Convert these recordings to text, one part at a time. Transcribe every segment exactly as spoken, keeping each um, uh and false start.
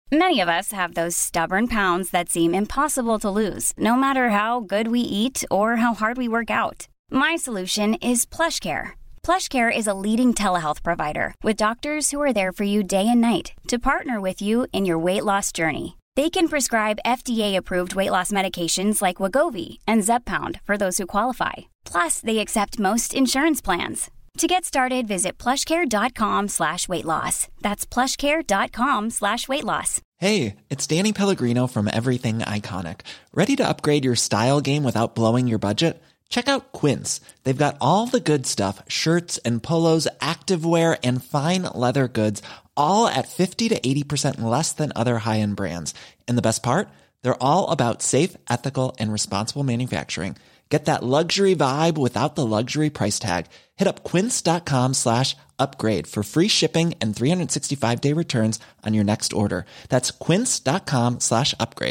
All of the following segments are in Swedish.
Many of us have those stubborn pounds that seem impossible to lose, no matter how good we eat or how hard we work out. My solution is PlushCare. PlushCare is a leading telehealth provider with doctors who are there for you day and night to partner with you in your weight loss journey. They can prescribe F D A-approved weight loss medications like Wegovy and Zepbound for those who qualify. Plus, they accept most insurance plans. To get started, visit plushcare.com slash weight loss. That's plushcare.com slash weight loss. Hey, it's Danny Pellegrino from Everything Iconic. Ready to upgrade your style game without blowing your budget? Check out Quince. They've got all the good stuff, shirts and polos, activewear, and fine leather goods, all at fifty to eighty percent less than other high-end brands. And the best part? They're all about safe, ethical, and responsible manufacturing. Get that luxury vibe without the luxury price tag. Hit up quince.com slash upgrade for free shipping and three sixty-five day returns on your next order. That's quince.com slash upgrade.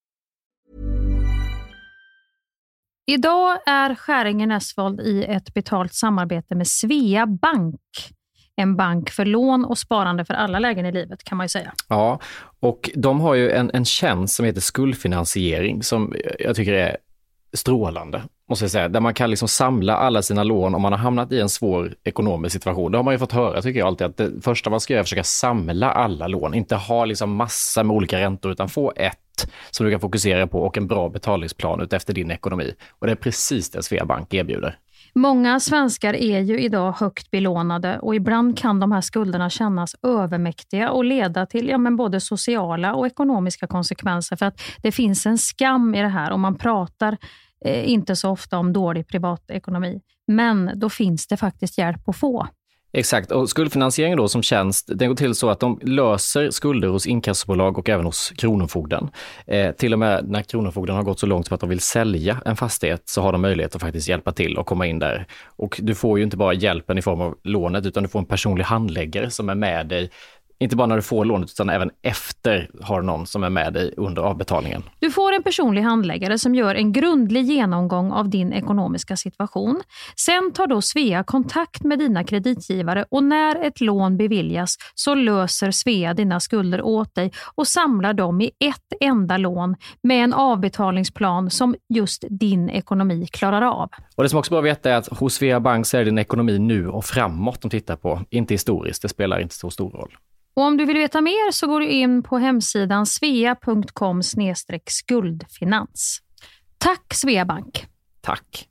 Idag är Skäringen Esvold i ett betalt samarbete med Svea Bank. En bank för lån och sparande för alla lägen i livet, kan man ju säga. Ja, och de har ju en, en tjänst som heter skuldfinansiering som jag tycker är strålande, måste jag säga. Där man kan liksom samla alla sina lån om man har hamnat i en svår ekonomisk situation. Det har man ju fått höra, tycker jag alltid, att det första man ska göra är att försöka samla alla lån. Inte ha liksom massa med olika räntor, utan få ett som du kan fokusera på och en bra betalningsplan ut efter din ekonomi. Och det är precis det Svea Bank erbjuder. Många svenskar är ju idag högt belånade och ibland kan de här skulderna kännas övermäktiga och leda till ja, men både sociala och ekonomiska konsekvenser, för att det finns en skam i det här och man pratar eh, inte så ofta om dålig privatekonomi. Men då finns det faktiskt hjälp att få. Exakt, och skuldfinansiering då som tjänst, den går till så att de löser skulder hos inkassobolag och även hos kronofogden. Eh, till och med när kronofogden har gått så långt för att de vill sälja en fastighet så har de möjlighet att faktiskt hjälpa till och komma in där. Och du får ju inte bara hjälpen i form av lånet, utan du får en personlig handläggare som är med dig. Inte bara när du får lånet utan även efter har någon som är med dig under avbetalningen. Du får en personlig handläggare som gör en grundlig genomgång av din ekonomiska situation. Sen tar då Svea kontakt med dina kreditgivare och när ett lån beviljas så löser Svea dina skulder åt dig och samlar dem i ett enda lån med en avbetalningsplan som just din ekonomi klarar av. Och det som också bör veta är att hos Svea Bank så är din ekonomi nu och framåt de tittar på, inte historiskt. Det spelar inte så stor roll. Och om du vill veta mer så går du in på hemsidan svea punkt com slash skuldfinans. Tack Svea Bank. Tack.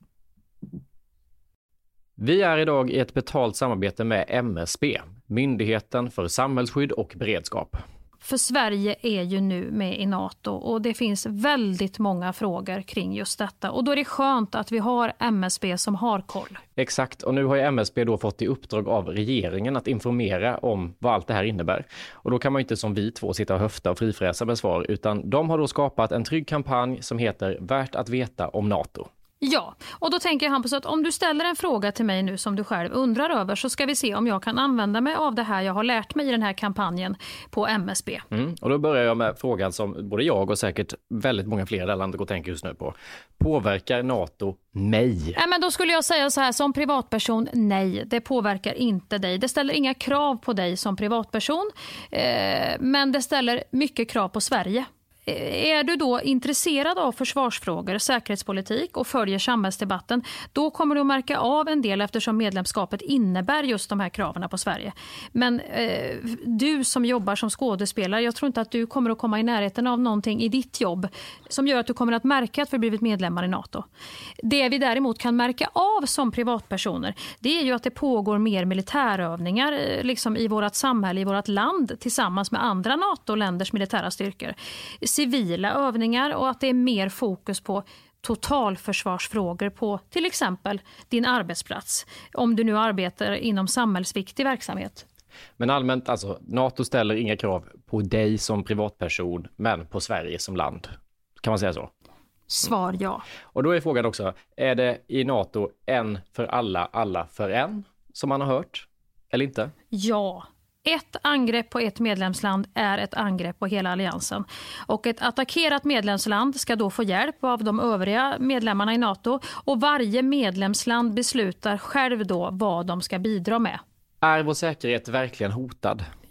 Vi är idag i ett betalt samarbete med M S B, Myndigheten för samhällsskydd och beredskap. För Sverige är ju nu med i NATO och det finns väldigt många frågor kring just detta. Och då är det skönt att vi har M S B som har koll. Exakt, och nu har ju M S B då fått i uppdrag av regeringen att informera om vad allt det här innebär. Och då kan man ju inte som vi två sitta och höfta och frifräsa med svar, utan de har då skapat en trygg kampanj som heter Värt att veta om NATO. Ja, och då tänker jag Hampus att om du ställer en fråga till mig nu som du själv undrar över så ska vi se om jag kan använda mig av det här jag har lärt mig i den här kampanjen på M S B. Mm, och då börjar jag med frågan som både jag och säkert väldigt många fler i landet går och tänker just nu på. Påverkar NATO mig? Nej, men då skulle jag säga så här som privatperson, nej, det påverkar inte dig. Det ställer inga krav på dig som privatperson, eh, men det ställer mycket krav på Sverige. Är du då intresserad av försvarsfrågor, säkerhetspolitik och följer samhällsdebatten, då kommer du att märka av en del eftersom medlemskapet innebär just de här kraven på Sverige. Men eh, du som jobbar som skådespelare, jag tror inte att du kommer att komma i närheten av någonting i ditt jobb som gör att du kommer att märka att vi blivit medlemmar i NATO. Det vi däremot kan märka av som privatpersoner, det är ju att det pågår mer militärövningar liksom i vårt samhälle, i vårt land tillsammans med andra NATO-länders militära styrkor. Civila övningar och att det är mer fokus på totalförsvarsfrågor på till exempel din arbetsplats om du nu arbetar inom samhällsviktig verksamhet. Men allmänt, alltså NATO ställer inga krav på dig som privatperson men på Sverige som land. Kan man säga så? Svar ja. Och då är frågan också, är det i NATO en för alla, alla för en som man har hört eller inte? Ja. Ett angrepp på ett medlemsland är ett angrepp på hela alliansen. Och ett attackerat medlemsland ska då få hjälp av de övriga medlemmarna i NATO. Och varje medlemsland beslutar själv då vad de ska bidra med. Är vår säkerhet verkligen hotad?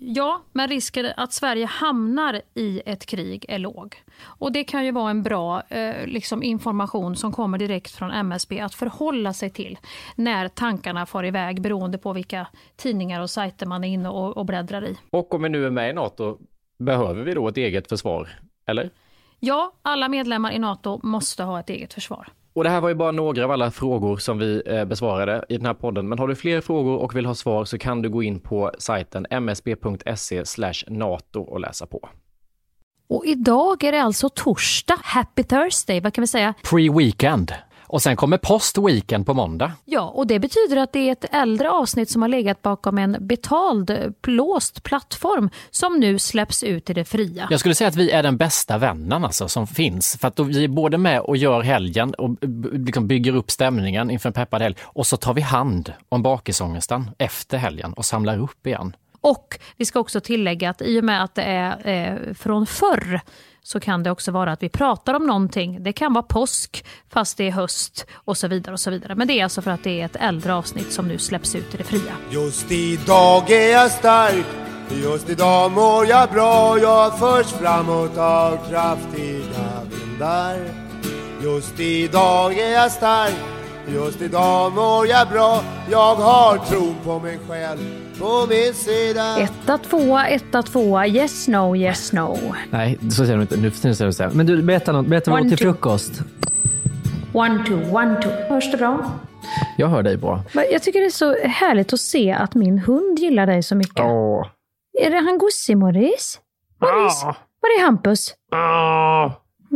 Ja, men risken att Sverige hamnar i ett krig är låg. Och det kan ju vara en bra eh, liksom information som kommer direkt från M S B att förhålla sig till när tankarna far iväg beroende på vilka tidningar och sajter man är inne och, och bläddrar i. Och om vi nu är med i NATO, behöver vi då ett eget försvar, eller? Ja, alla medlemmar i NATO måste ha ett eget försvar. Och det här var ju bara några av alla frågor som vi eh, besvarade i den här podden. Men har du fler frågor och vill ha svar så kan du gå in på sajten m s b punkt s e slash nato och läsa på. Och idag är det alltså torsdag. Happy Thursday, vad kan vi säga? Pre-weekend. Och sen kommer post-weekend på måndag. Ja, och det betyder att det är ett äldre avsnitt som har legat bakom en betald, låst plattform som nu släpps ut i det fria. Jag skulle säga att vi är den bästa vännen alltså, som finns. För att då vi är både med och gör helgen och liksom bygger upp stämningen inför en peppad helg. Och så tar vi hand om bakisångesten efter helgen och samlar upp igen. Och vi ska också tillägga att i och med att det är eh, från förr så kan det också vara att vi pratar om någonting. Det kan vara påsk fast det är höst och så vidare och så vidare. Men det är alltså för att det är ett äldre avsnitt som nu släpps ut i det fria. Just idag är jag stark, just idag mår jag bra. Jag förs framåt av kraftiga vindar. Just idag är jag stark, just idag mår jag bra. Jag har tron på mig själv på min sida. Etta, tvåa, etta, tvåa, yes, no, yes, no. Nej, så säger du inte. Nu säger du så här. Men du, berätta något, berätta något till frukost. One, two, one, two. Hörs det bra? Jag hör dig bra. Jag tycker det är så härligt att se att min hund gillar dig så mycket. Åh. Är det han Gussi, Morris? Morris? Åh. Var är Hampus? Åh.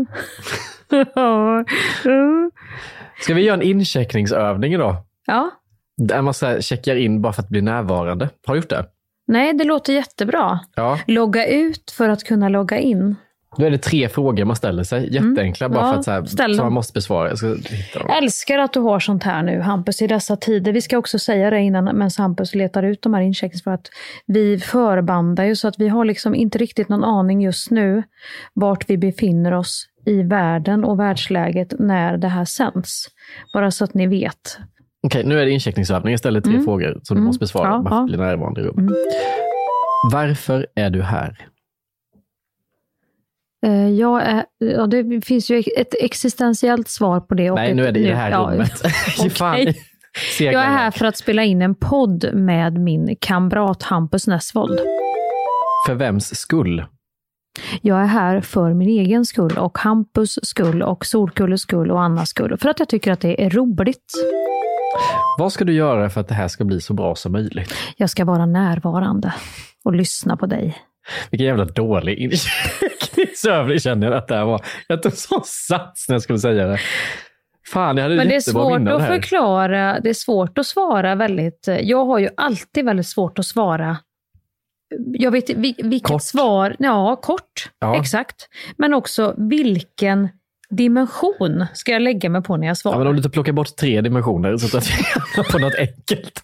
Ska vi göra en incheckningsövning idag? Ja. Där man så här checkar in bara för att bli närvarande. Har du gjort det? Nej, det låter jättebra. Ja. Logga ut för att kunna logga in. Då är det tre frågor man ställer sig. Jätteenkla, mm. bara ja, för att så här, som man måste besvara. Jag ska hitta dem. Jag älskar att du har sånt här nu, Hampus, i dessa tider. Vi ska också säga det innan, medan Hampus letar ut de här incheckningarna, för att vi förbandar ju så att vi har liksom inte riktigt någon aning just nu vart vi befinner oss i världen och världsläget när det här sänds. Bara så att ni vet. Okej, nu är det incheckningsövning. Jag ställer tre mm. frågor som du mm. måste besvara. Ja, bara ja. bli närvarande i rummet. Mm. Varför är du här? Uh, jag är, ja, det finns ju ett existentiellt svar på det. Och Nej, nu är det i det här ja, rummet. Okay. Jag är här för att spela in en podd med min kamrat Hampus Nessvold. För vems skull? Jag är här för min egen skull och Hampus skull och Solkulles skull och Annas skull. För att jag tycker att det är roligt. Vad ska du göra för att det här ska bli så bra som möjligt? Jag ska vara närvarande och lyssna på dig. Vilken jävla dålig incheckningsövning känner jag att det här var. Jag tog så sats när jag skulle säga det. Fan, jag hade Men det är svårt svårt att här. förklara. Det är svårt att svara väldigt. Jag har ju alltid väldigt svårt att svara. Jag vet vilket kort. svar. Ja, kort. Ja. Exakt. Men också vilken dimension ska jag lägga mig på när jag svarar. Ja, men om du inte plockar bort tre dimensioner så att vi hamnar på något enkelt.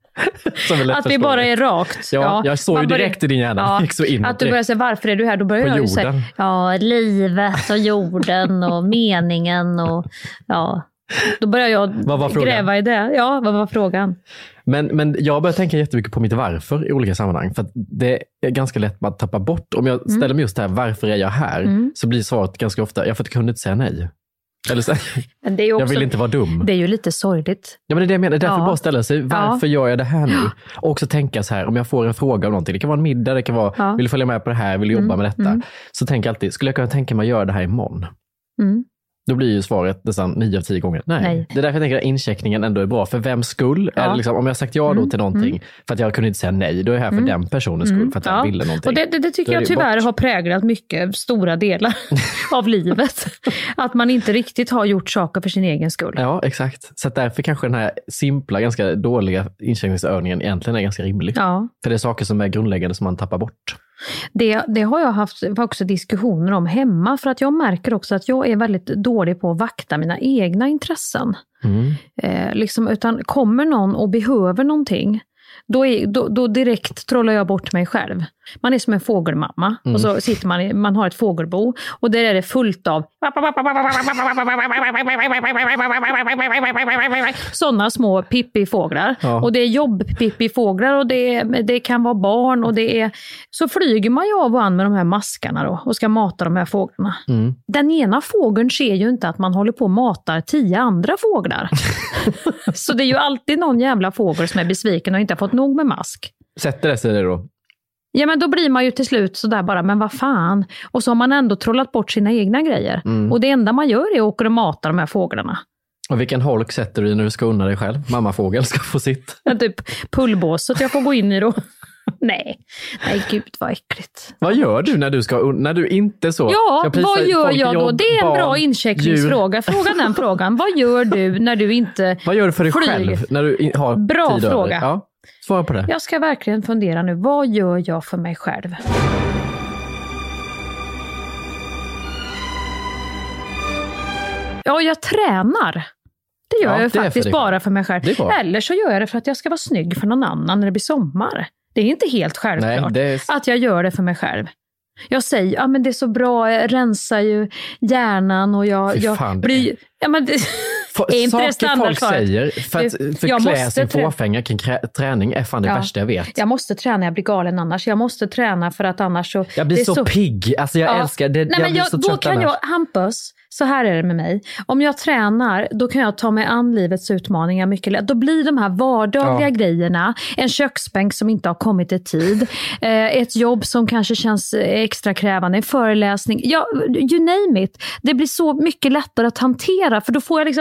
Att vi bara är rakt. Ja, ja. Jag såg ju direkt börjar, i din hjärna. Ja, gick så in att du börjar säga, varför är du här? Då börjar jag ju säga, ja, livet och jorden och meningen och ja. Då börjar jag gräva i det. Ja, vad var frågan? Men, men jag börjar tänka jättemycket på mitt varför i olika sammanhang. För att det är ganska lätt att tappa bort. Om jag ställer mig just det här, varför är jag här? Mm. Så blir svaret ganska ofta, jag för att jag kunde inte säga nej. Eller så, men det är också, jag vill inte vara dum. Det är ju lite sorgligt. Ja, men det är det jag menar. Därför ja. bara ställa sig, varför ja. gör jag det här nu? Ja. Och också tänka så här, om jag får en fråga om någonting. Det kan vara en middag, det kan vara, ja. vill du följa med på det här? Vill du jobba mm. med detta? Mm. Så tänk alltid, skulle jag kunna tänka mig att göra det här imorgon? Mm. Då blir ju svaret nästan nio av tio gånger. Nej. Nej. Det är därför jag tänker att incheckningen ändå är bra. För vem skull? Ja. Är det liksom, om jag har sagt ja då till någonting mm. för att jag kunde inte säga nej, då är jag här för mm. den personens skull. För att jag ja. ville någonting. Och det, det, det tycker jag tyvärr bort. har präglat mycket stora delar av livet. Att man inte riktigt har gjort saker för sin egen skull. Ja, exakt. Så att därför kanske den här simpla, ganska dåliga incheckningsövningen egentligen är ganska rimlig. Ja. För det är saker som är grundläggande som man tappar bort. Det, det har jag haft också diskussioner om hemma, för att jag märker också att jag är väldigt dålig på att vakta mina egna intressen. Mm. Eh, liksom, utan kommer någon och behöver någonting, då, är, då, då direkt trollar jag bort mig själv. Man är som en fågelmamma mm. och så sitter man i, man har ett fågelbo och där är det fullt av sådana små pippifåglar. Ja. Och det är jobb-pippifåglar och det, är, det kan vara barn och det är... Så flyger man ju av och an med de här maskarna då och ska mata de här fåglarna. Mm. Den ena fågeln ser ju inte att man håller på och matar tio andra fåglar. Så det är ju alltid någon jävla fågel som är besviken och inte har fått nog med mask. Sätter det sig det då? Ja, men då blir man ju till slut sådär bara, men vad fan? Och så har man ändå trollat bort sina egna grejer. Mm. Och det enda man gör är att åka och mata de här fåglarna. Och vilken holk sätter du när du ska unna dig själv? Mammafågel ska få sitt. Ja, typ pullbåset jag får gå in i då. Nej, nej gud vad äckligt. Vad gör du när du ska när du inte så? Ja, vad gör jag då? Det är en barn, bra incheckningsfråga. Fråga den frågan. Vad gör du när du inte Vad gör du för dig flyger? Själv när du har bra tid fråga. Ja, svara på det. Jag ska verkligen fundera nu. Vad gör jag för mig själv? Ja, jag tränar. Det gör ja, jag det faktiskt för bara för mig själv. Eller så gör jag det för att jag ska vara snygg för någon annan när det blir sommar. Det är inte helt självklart Nej, är... att jag gör det för mig själv. Jag säger, ja men det är så bra, jag rensar ju hjärnan och jag, jag blir... Ja, men det, är inte det standard folk säger, för att förklä sin fåfänga kring träning är fan det ja, värsta jag vet. Jag måste träna, jag blir galen annars. Jag måste träna för att annars så... Jag blir så, så pigg, alltså jag ja. älskar det. Nej, jag men blir jag, så då kan annars. jag, Hampus, så här är det med mig. Om jag tränar, då kan jag ta mig an livets utmaningar mycket lätt. Då blir de här vardagliga ja. grejerna, en köksbänk som inte har kommit i tid, ett jobb som kanske känns extra krävande, en föreläsning, ja, you name it. Det blir så mycket lättare att hantera, för då får jag liksom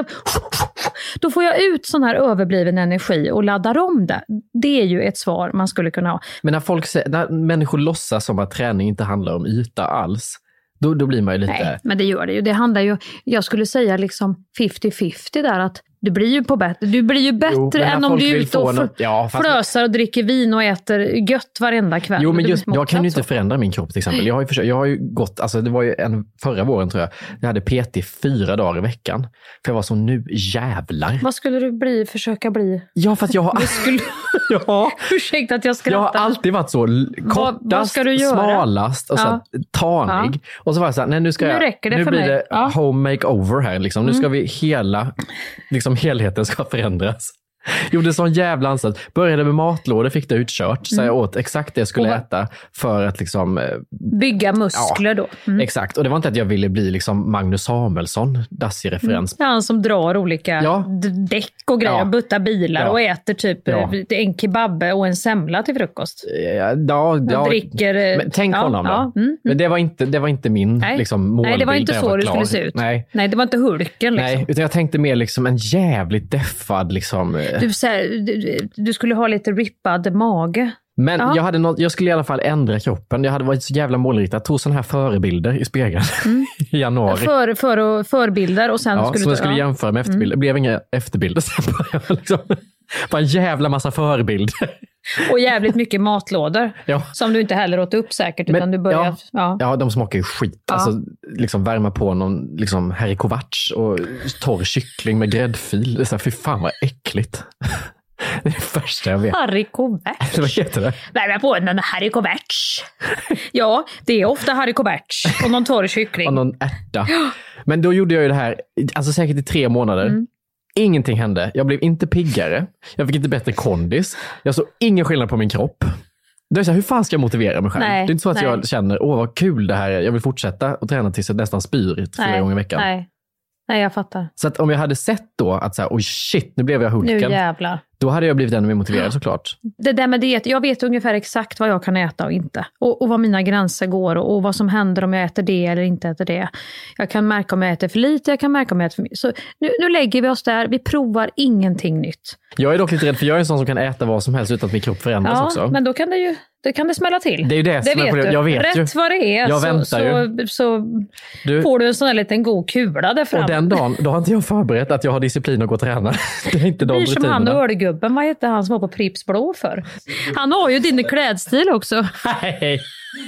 då får jag ut sån här överbliven energi och laddar om det. Det är ju ett svar man skulle kunna ha. Men när folk säger, när människor låtsas som att träning inte handlar om yta alls, Då, då blir man ju lite... Nej, men det gör det ju. Det handlar ju, jag skulle säga liksom femtio femtio där, att du blir ju på bättre. Du blir ju bättre jo, än om du är ute och något, ja, fast... flösar och dricker vin och äter gött varenda kväll. Jo, men just, jag kan ju inte förändra min kropp till exempel. Jag har ju, försökt, jag har ju gått, alltså det var ju en förra våren tror jag, jag hade P T fyra dagar i veckan. För jag var så nu jävlar. Vad skulle du bli, försöka bli? Ja, för att jag har... skulle... ja. Ursäkta att jag skrattar. Jag har alltid varit så kortast, vad, vad ska du göra? Smalast och så ja. tanig. Ja. Och så var jag så här, nej nu ska nu jag... räcker det nu för blir mig. det ja. home makeover här liksom. Nu mm. ska vi hela, liksom helheten ska förändras. Gjorde sån jävla ansats. Började med matlådor, fick det utkört. Så jag åt exakt det jag skulle och, äta för att liksom... bygga muskler ja, då. Mm. Exakt. Och det var inte att jag ville bli liksom Magnus Samuelsson, dassig referens. Mm. Han som drar olika ja. däck och grejer, ja. buttar bilar ja. och äter typ ja. en kebab och en semla till frukost. Ja, ja, ja. Och dricker... Men tänk ja, honom då. Ja, mm, men det var inte, det var inte min liksom, målbild. Nej, det var inte så det skulle se ut. Nej. Nej, det var inte Hulken liksom. Nej, utan jag tänkte mer liksom en jävligt deffad liksom... Du, så här, du, du skulle ha lite rippad mage. Men jag, hade något, jag skulle i alla fall ändra kroppen. Jag hade varit så jävla målriktad. Jag tog sådana här förebilder i spegeln mm. i januari. För, för, förbilder och sen ja, skulle så du... jag skulle ja. jämföra med efterbilder. Det blev inga efterbilder. Sen bara, liksom, bara en jävla massa förebilder. Och jävligt mycket matlådor. Ja. Som du inte heller åt upp säkert. Men, utan du börjar, ja, ja. ja, de smakar ju skit. Ja. Alltså, liksom värma på någon liksom, haricovats och torr kyckling med gräddfil. Det är så här, fy fan vad äckligt. Det är det första jag vet. Haricovats. Vad heter det? Värma på en haricovats. Ja, det är ofta haricovats. Och någon torr kyckling. Och någon ärta. Men då gjorde jag ju det här, alltså säkert i tre månader. Mm. Ingenting hände. Jag blev inte piggare. Jag fick inte bättre kondis. Jag såg ingen skillnad på min kropp. Det är så här, hur fan ska jag motivera mig själv? Nej, det är inte så att nej. jag känner, åh vad kul det här är. Jag vill fortsätta och träna tills jag nästan spyr i flera gånger i veckan. Nej. Nej, jag fattar. Så att om jag hade sett då att så här, oj shit, nu blev jag Hulken. Nu jävlar. Då hade jag blivit ännu mer motiverad såklart. Det där med diet, jag vet ungefär exakt vad jag kan äta och inte. Och, och vad mina gränser går och, och vad som händer om jag äter det eller inte äter det. Jag kan märka om jag äter för lite, jag kan märka om jag äter för mycket. Så nu, nu lägger vi oss där, vi provar ingenting nytt. Jag är dock lite rädd för jag är en sån som kan äta vad som helst utan att min kropp förändras ja, också. Men då kan det ju det kan det smälla till. Det är ju det, det som vet är på det. Jag vet Rätt ju. vad det är jag så, så, ju. så du, får du en sån här liten god kula där fram. Och den dagen, då har inte jag förberett att jag har disciplin att gå och träna. Det är inte de rutinerna. Som han ölgubben, vad heter han som var på Pripps Blå för? Han har ju din klädstil också. Nej.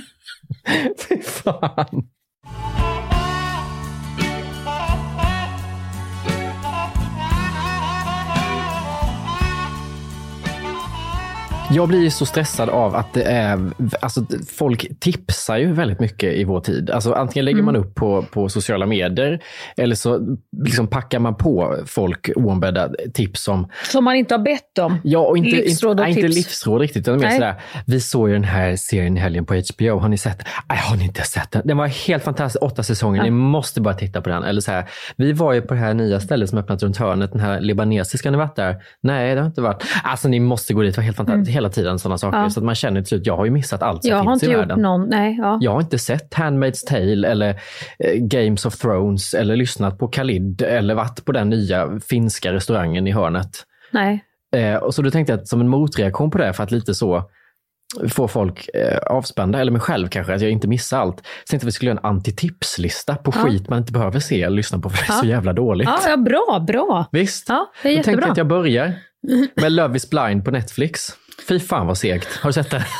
Fy fan. Jag blir ju så stressad av att det är, alltså folk tipsar ju väldigt mycket i vår tid. Alltså antingen lägger mm. man upp på, på sociala medier eller så liksom packar man på folk oombedda tips om... Som man inte har bett om. Ja, och inte livsråd, och inte, inte livsråd riktigt. Utan mer sådär, vi såg ju den här serien i helgen på H B O. Har ni sett den? Nej, har ni inte sett den? Den var helt fantastisk, åtta säsonger. Ja. Ni måste bara titta på den. Eller så här, vi var ju på det här nya stället som öppnat runt hörnet. Den här libanesiska, har ni varit där? Nej, det har inte varit. Alltså ni måste gå dit, det var helt fantastiskt. Mm. Hela tiden sådana saker. Ja. Så att man känner till att jag har ju missat allt som jag finns i världen. Jag har inte gjort någon, nej. Ja. Jag har inte sett Handmaid's Tale eller eh, Games of Thrones eller lyssnat på Khalid eller varit på den nya finska restaurangen i hörnet. Nej. Eh, och så då tänkte jag att som en motreaktion på det, för att lite så få folk eh, avspända, eller mig själv kanske, att jag inte missar allt. Så tänkte att vi skulle göra en antitipslista på ja. skit man inte behöver se eller lyssna på, för det är ja. så jävla dåligt. Ja, ja bra, bra. Visst. Ja, det är då jättebra. tänkte jag att jag börjar med Love is Blind på Netflix. Fy fan vad segt. Har du sett det?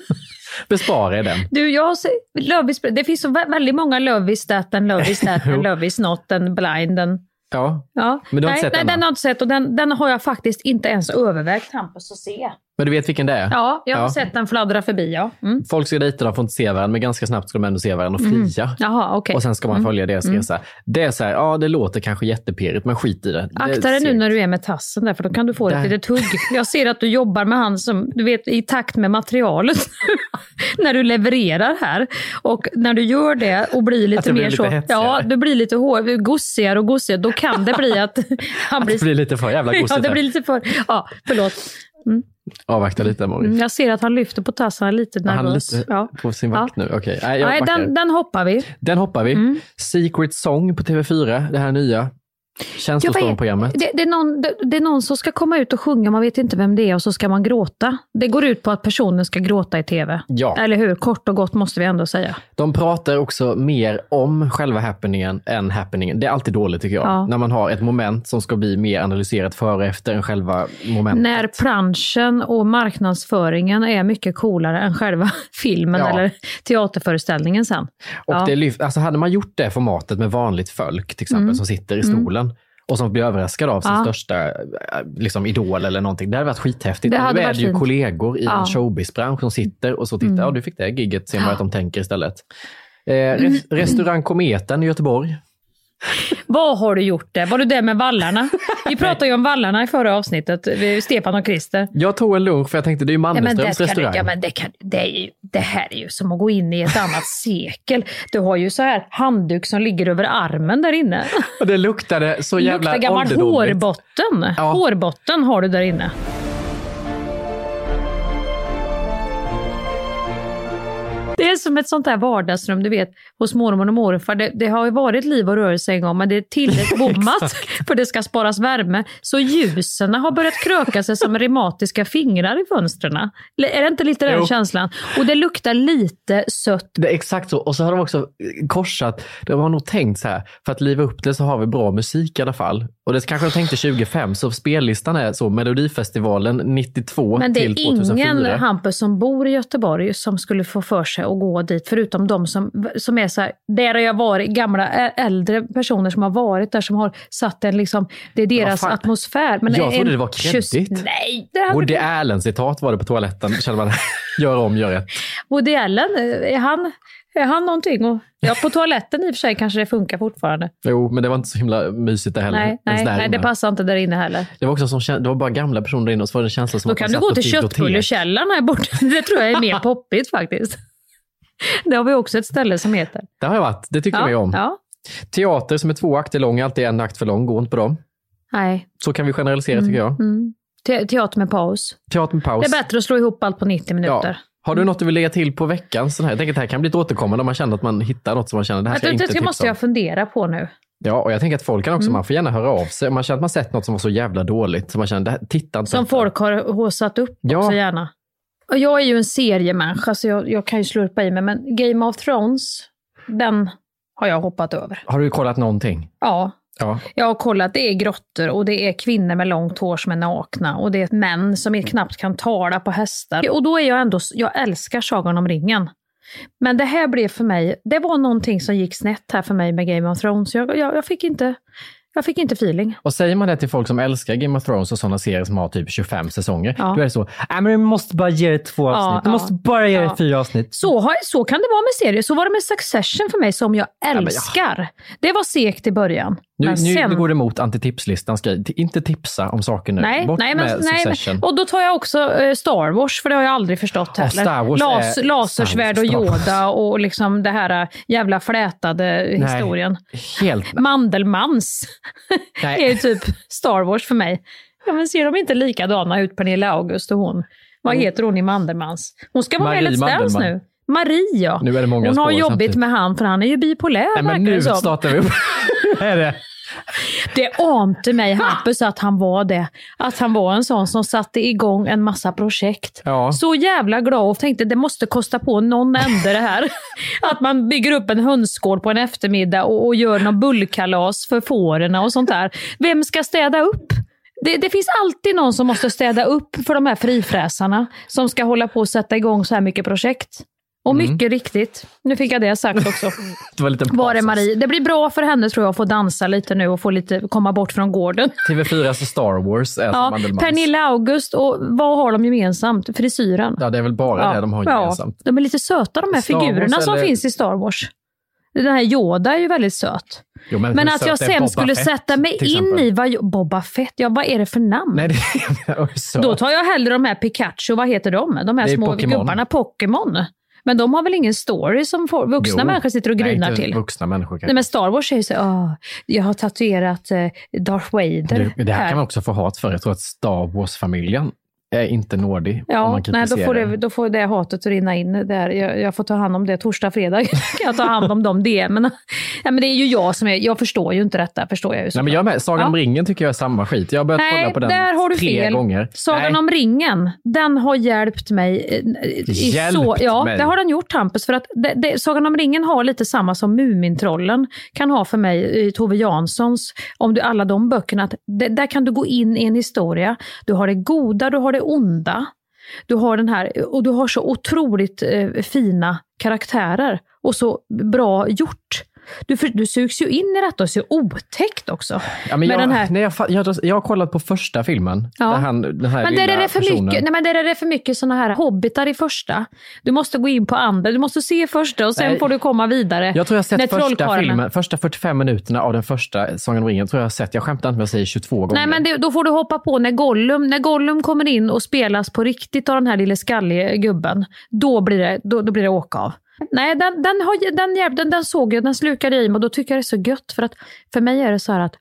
Bespara den. Du, jag ser, Love is, det finns så väldigt många Love is that and Love is that and Love is not and Blind and... Ja. ja, men du har nej, inte sett nej, den? Den har jag inte sett, och den, den har jag faktiskt inte ens övervägt, Hampus, att se. Men du vet vilken det är? Ja, jag har ja. sett den fladdra förbi, ja. Mm. Folk ska dit och de får inte se varandra, men ganska snabbt ska de ändå se varandra och fria. Mm. Jaha, okay. Och sen ska man följa mm. deras resa. Mm. Det är så här, ja det låter kanske jättepirrigt, men skit i det. Akta dig nu när du är med tassen där, för då kan du få där. Ett litet tugg. Jag ser att du jobbar med han som, du vet, i takt med materialet när du levererar här. Och när du gör det och blir lite mer lite så, hetsigare. ja, du blir lite hår, gossigare och gossigare, då kan det bli att han att blir... det blir lite för jävla gossigt. Ja, det blir lite för, ja, förlåt. Mm. Avvakta lite, Morris. Jag ser att han lyfter på tassen lite nervös. Han är lite ja. på sin vakt ja. nu. Okay. Nej, Nej den, den hoppar vi. Den hoppar vi. Mm. Secret Song på T V fyra, det här nya känslostormprogrammet. Det, det, är någon, det, det är någon som ska komma ut och sjunga, man vet inte vem det är, och så ska man gråta. Det går ut på att personen ska gråta i tv. Ja. Eller hur? Kort och gott måste vi ändå säga. De pratar också mer om själva happeningen än happeningen. Det är alltid dåligt tycker jag. Ja. När man har ett moment som ska bli mer analyserat före och efter än själva momentet. När planschen och marknadsföringen är mycket coolare än själva filmen ja. eller teaterföreställningen sen. Och ja. det lyft, alltså hade man gjort det formatet med vanligt folk till exempel mm. som sitter i stolen mm. och som blir överraskad av sin ja. största liksom, idol eller någonting. Det hade varit skithäftigt. Det hade nu är det ju fint. Kollegor i ja. en showbizbransch som sitter och så tittar, mm. ja du fick det här gigget, se vad ja. de tänker istället. Eh, res- restaurang Kometen i Göteborg. Vad har du gjort det? Var du där med vallarna? Vi pratade ju om vallarna i förra avsnittet, Stefan och Christer. Jag tog en lunch för jag tänkte det är ju Mannerströms ja, restaurang. Du, ja, men det, kan, det, är ju, det här är ju som att gå in i ett annat sekel. Du har ju så här handduk som ligger över armen där inne. Och det luktade så jävla luktar gammal hårbotten. Ja. Hårbotten har du där inne. Det är som ett sånt här vardagsrum, du vet, hos mormor och morfar. Det, det har ju varit liv och rörelse en gång, men det är tillräckligt bommat för det ska sparas värme. Så ljusen har börjat kröka sig som reumatiska fingrar i fönstren. Är det inte lite den jo. känslan? Och det luktar lite sött. Det är exakt så. Och så har de också korsat, de har nog tänkt så här, för att liva upp det så har vi bra musik i alla fall. Och det kanske de tänkte tjugofem, så spellistan är så Melodifestivalen nittiotvå till tvåtusenfyra. Men det är ingen Hampus som bor i Göteborg som skulle få för sig att gå dit, förutom de som, som är så här, där har jag varit, gamla äldre personer som har varit där, som har satt en liksom, det är deras atmosfär. Men jag en, trodde det var kreddigt. Nej. Woody Allen-citat var det på toaletten, känner man, gör om, gör rätt. Woody Allen, är han... Är han någonting? Och, ja, på toaletten i och för sig kanske det funkar fortfarande. Jo, men det var inte så himla mysigt där heller. Nej, nej, nej det passar inte där inne heller. Det var också som, det var bara gamla personer där inne och så var det en känsla som då att kan du gå till köttbullekällaren här borta. Det tror jag är mer poppigt faktiskt. Det har vi också ett ställe som heter. Det har jag varit, det tycker ja, jag om. Ja. Teater som är två akter lång, alltid en akt för lång, går inte på dem. Nej. Så kan vi generalisera mm, tycker jag. Mm. Te- teater med paus. Teater med paus. Det är bättre att slå ihop allt på nittio minuter. Ja. Har du något du vill lägga till på veckan? Så här? Jag tänker att det här kan bli ett återkommande om man känner att man hittar något som man känner. Det här ska jag inte det måste jag fundera på nu. Ja, och jag tänker att folk kan också, mm. man får gärna höra av sig. Om man känner att man sett något som var så jävla dåligt. Så man känner, det här, titta inte. Som detta. folk har håsat upp ja. också gärna. Och jag är ju en seriemänniska så jag, jag kan ju slurpa i mig. Men Game of Thrones, den har jag hoppat över. Har du kollat någonting? Ja. Ja. Jag har kollat, det är grottor och det är kvinnor med långt hår som är nakna och det är män som knappt kan tala på hästar. Och då är jag ändå, jag älskar Sagan om ringen. Men det här blev för mig, det var någonting som gick snett här för mig med Game of Thrones. Jag, jag, jag fick inte, Jag fick inte feeling. Och säger man det till folk som älskar Game of Thrones och sådana serier som har typ tjugofem säsonger, ja. då är det så, nej men du måste bara ge det två avsnitt. Ja, du måste ja. bara ge det ja. fyra avsnitt. Så, har, så kan det vara med serier. Så var det med Succession för mig som jag älskar. Ja, ja. Det var segt i början. Nu, men nu, sen... nu går det emot antitipslistan. Ska inte tipsa om saker nu. Nej, Bort nej, men, med nej men, och då tar jag också uh, Star Wars, för det har jag aldrig förstått heller. Star Wars Las, är lasersvärd och Yoda och liksom det här uh, jävla flätade nej, historien. Helt... Mandelmans är typ Star Wars för mig. Ja, men ser de inte likadana ut, Pernilla August och hon? Vad mm. heter hon i Mandelmans? Hon ska vara med i Let's Dance nu. Maria. Nu är det många hon har jobbigt samtidigt. med han, för han är ju bipolär. Nej, men nu startar vi upp. är det? Det ante mig, Hampus, att han var det. Att han var en sån som satte igång en massa projekt. Ja. Så jävla glad och tänkte, det måste kosta på någon ände det här. Att man bygger upp en hönsgård på en eftermiddag och, och gör någon bullkalas för fårorna och sånt där. Vem ska städa upp? Det, det finns alltid någon som måste städa upp för de här frifräsarna som ska hålla på och sätta igång så här mycket projekt. Och mycket mm. riktigt. Nu fick jag det sagt också. Det var lite var det Marie. Det blir bra för henne, tror jag, att få dansa lite nu och få lite komma bort från gården. T V fyra så Star Wars är ja, som Mandelmans. Pernilla August, och vad har de gemensamt? Frisyren. Ja, det är väl bara ja. det de har gemensamt. Ja, de är lite söta, de här Star figurerna Wars, som eller... finns i Star Wars. Den här Yoda är ju väldigt söt. Jo, men men att jag sen Boba skulle Fett, sätta mig in i vad Boba Fett, ja, vad är det för namn? Nej, det är Då tar jag hellre de här Pikachu, vad heter de? De här små Pokemon. gubbarna, Pokémon. Men de har väl ingen story som får, vuxna jo, människor sitter och grinar nej, till? Vuxna människor nej, men Star Wars är ju så, åh, jag har tatuerat eh, Darth Vader. Nu, det här, här kan man också få hat för. Jag tror att Star Wars-familjen är inte nådig. Ja, om man nej, då får, det, då får det hatet att rinna in där. Jag, jag får ta hand om det torsdag, fredag. Kan jag ta hand om dem det. Men, ja, men det är ju jag som är, jag förstår ju inte detta, förstår jag ju. Nej, men jag med. Sagan ja. om ringen tycker jag är samma skit. Jag har börjat nej, kolla på den där har du tre fel. gånger. Sagan nej. om ringen, den har hjälpt mig. I hjälpt så, ja, mig? Det har den gjort, Hampus. För att det, det, Sagan om ringen har lite samma som Mumintrollen kan ha för mig i Tove Janssons. Om du alla de böckerna. Att det, där kan du gå in i en historia. Du har det goda, du har det onda. Du har den här, och du har så otroligt eh, fina karaktärer och så bra gjort. Du, för, du sugs ju in i detta och så otäckt också. Ja, men jag, den här... nej, jag, jag, jag har kollat på första filmen. Ja. Där han, den här men där är det för personen. mycket, nej, men där är det för mycket såna här hobbitar i första. Du måste gå in på andra. Du måste se första och sen nej. får du komma vidare. Jag tror jag har sett första filmen, första fyrtiofem minuterna av den första Sagan om ringen tror jag har sett. Jag skämtar inte med att säga tjugotvå gånger. Nej, men det, då får du hoppa på när Gollum, när Gollum kommer in och spelas på riktigt av den här lilla skalliga gubben. Då blir det, då, då blir det åka av. Nej, den, den, har, den, den, den såg jag, den slukade i mig och då tycker jag det är så gött. För att för mig är det så här att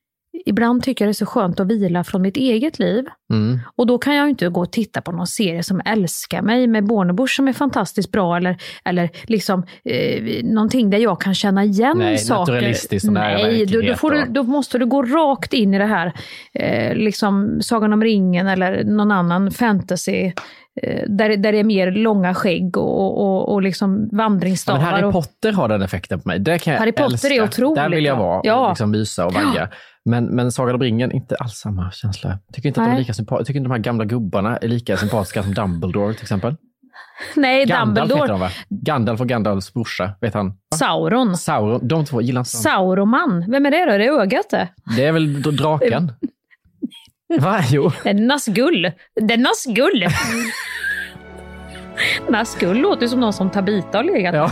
ibland tycker jag det är så skönt att vila från mitt eget liv. Mm. Och då kan jag inte gå och titta på någon serie som älskar mig med Bornebusch som är fantastiskt bra. Eller, eller liksom eh, någonting där jag kan känna igen nej, saker. Naturalistiskt. Nej, då, då, får du, då måste du gå rakt in i det här. Eh, liksom Sagan om ringen eller någon annan fantasy. Där, där det är mer långa skägg och, och, och liksom vandringsstavar. Ja, men Harry och... Potter har den effekten på mig. Det kan jag Harry Potter älska. är otroligt. Där vill jag vara ja. och liksom mysa och vagga. Ja. Men, men Sagan om ringen, inte alls samma känsla. Jag tycker inte att de är lika sympatiska. Tycker inte de här gamla gubbarna är lika sympatiska som Dumbledore till exempel. Nej, Gandalf Dumbledore. Heter de, va? Gandalf och Gandalfs brorsa, vet han? Va? Sauron. Sauron, de två gillar inte Sauroman. Vem är det då? Det är ögat det. Det är väl draken. Va? Jo. Nazgul. Det är Nazgul. Nazgul låter som någon som Tabita har legat. Ja.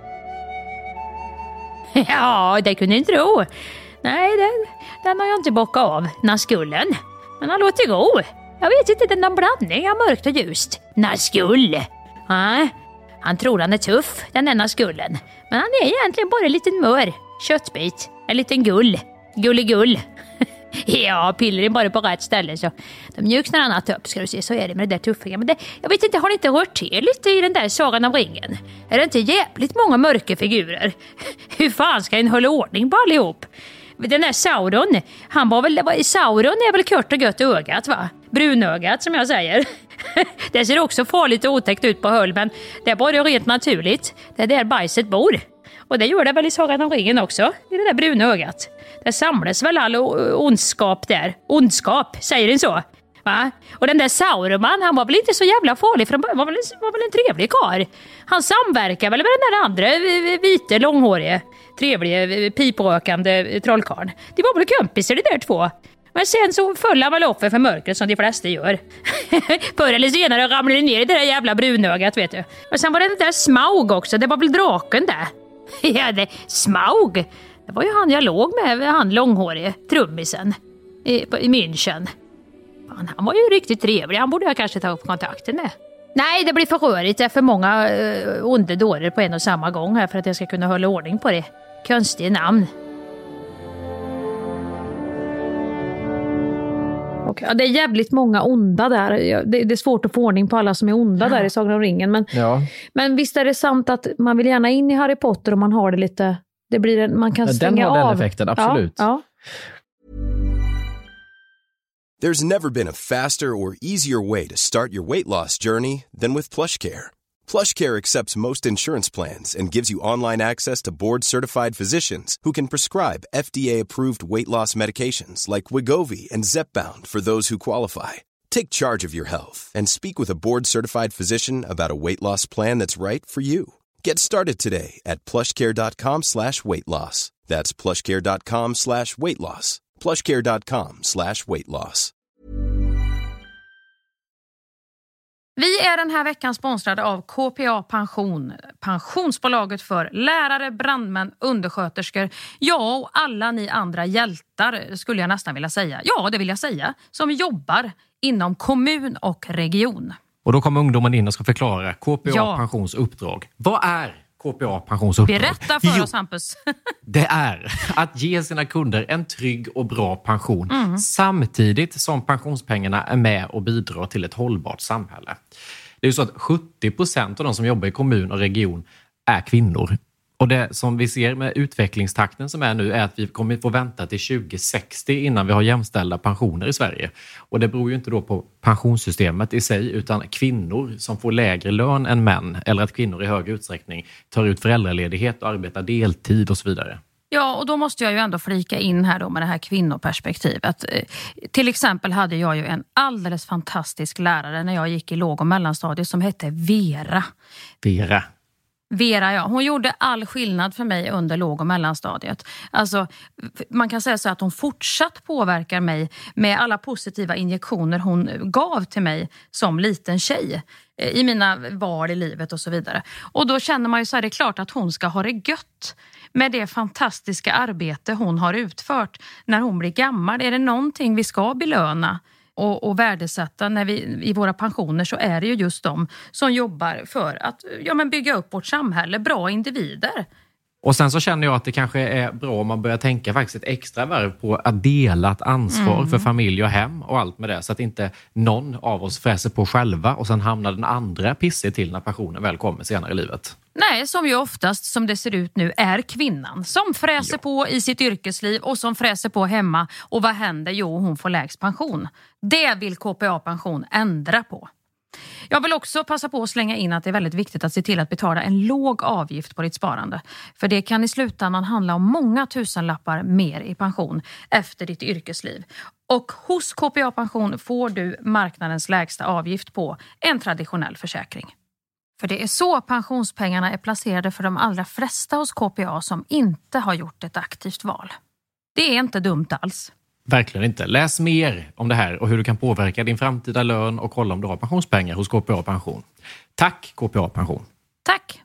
Ja, det kunde jag inte tro. Nej, den, den har jag inte bockat av. Nazgullen. Men han låter god. Jag vet inte, den är en blandning av mörkt och ljust. Nazgul. Ja, han tror han är tuff, den är Nazgullen. Men han är egentligen bara en liten mör. Köttbit. En liten gull. Gulligull. Ja, piller är bara på rätt ställe så de mjuknar annat upp, ska du se, så är det med det där tuffinga. Men det, jag vet inte, har ni inte rört till lite i den där Sagan om ringen? Är det inte jävligt många mörka figurer? Hur fan ska en hålla ordning på allihop? Den där Sauron, han var väl, Sauron är väl kort och gött ögat, va? Brunögat som jag säger. Det ser också farligt och otäckt ut på höll, men det är bara rent naturligt. Det är där bajset bor. Och det gör det väl i Sagan om ringen också, i det där bruna ögat. Det samlas väl all ondskap där. Ondskap, säger den så? Va? Och den där Sauroman, han var väl inte så jävla farlig, för han var väl, var väl en trevlig karl. Han samverkar väl med den där andra vita, långhåriga, trevliga, pipåkande trollkarn. Det var väl kompisar det där två. Men sen så föll han väl offer för mörkret som de flesta gör. Förr eller senare ramlade ner i det där jävla brunögat, vet du. Och sen var det den där Smaug också, det var väl draken där. Ja, det Smaug. Det var ju han jag låg med, han långhårige trummisen i, i München. Han, han var ju riktigt trevlig, han borde jag kanske ta upp kontakten med. Nej, det blir för rörigt, det är för många uh, onda dårer på en och samma gång här för att jag ska kunna hålla ordning på det. Konstiga namn. Ja, det är jävligt många onda där. Det är svårt att få ordning på alla som är onda där i Sagan om ringen. Men, ja. men visst är det sant att man vill gärna in i Harry Potter om man har det lite... Det blir en, man kan stänga den har av. Den effekten, absolut. Ja, ja. There's never been a faster or easier way to start your weight loss journey than with PlushCare. PlushCare accepts most insurance plans and gives you online access to board-certified physicians who can prescribe F D A-approved weight loss medications like Wegovy and Zepbound for those who qualify. Take charge of your health and speak with a board-certified physician about a weight loss plan that's right for you. Get started today at plushcare.com slash weight loss. That's plushcare.com slash weight loss. plushcare.com slash weight loss. Vi är den här veckan sponsrade av K P A Pension, pensionsbolaget för lärare, brandmän, undersköterskor, ja och alla ni andra hjältar skulle jag nästan vilja säga. Ja, det vill jag säga, som jobbar inom kommun och region. Och då kommer ungdomen in och ska förklara K P A ja. Pensions uppdrag. Vad är K P A Pensions uppdrag? Berätta för jo, oss, Hampus. Det är att ge sina kunder en trygg och bra pension mm. samtidigt som pensionspengarna är med och bidrar till ett hållbart samhälle. Det är ju så att sjuttio procent av de som jobbar i kommun och region är kvinnor. Och det som vi ser med utvecklingstakten som är nu är att vi kommer få vänta till tjugo sextio innan vi har jämställda pensioner i Sverige. Och det beror ju inte då på pensionssystemet i sig utan kvinnor som får lägre lön än män eller att kvinnor i hög utsträckning tar ut föräldraledighet och arbetar deltid och så vidare. Ja, och då måste jag ju ändå flika in här då med det här kvinnoperspektivet. Till exempel hade jag ju en alldeles fantastisk lärare när jag gick i låg- och mellanstadiet som hette Vera. Vera. Vera, ja. Hon gjorde all skillnad för mig under låg- och mellanstadiet. Alltså, man kan säga så att hon fortsatt påverkar mig med alla positiva injektioner hon gav till mig som liten tjej i mina val i livet och så vidare. Och då känner man ju så här, det är klart att hon ska ha det gött med det fantastiska arbete hon har utfört när hon blir gammal. Är det någonting vi ska belöna och, och värdesätta när vi, i våra pensioner, så är det ju just de som jobbar för att ja, men bygga upp vårt samhälle, bra individer. Och sen så känner jag att det kanske är bra om man börjar tänka faktiskt ett extra varv på att dela ett ansvar mm. för familj och hem och allt med det. Så att inte någon av oss fräser på själva och sen hamnar den andra pissig till när pensionen väl kommer senare i livet. Nej, som ju oftast som det ser ut nu är kvinnan som fräser ja. på i sitt yrkesliv och som fräser på hemma. Och vad händer? Jo, hon får lägst pension. Det vill K P A Pension ändra på. Jag vill också passa på att slänga in att det är väldigt viktigt att se till att betala en låg avgift på ditt sparande. För det kan i slutändan handla om många tusenlappar mer i pension efter ditt yrkesliv. Och hos K P A Pension får du marknadens lägsta avgift på en traditionell försäkring. För det är så pensionspengarna är placerade för de allra flesta hos K P A som inte har gjort ett aktivt val. Det är inte dumt alls. Verkligen inte. Läs mer om det här och hur du kan påverka din framtida lön och kolla om du har pensionspengar hos K P A Pension. Tack K P A Pension. Tack.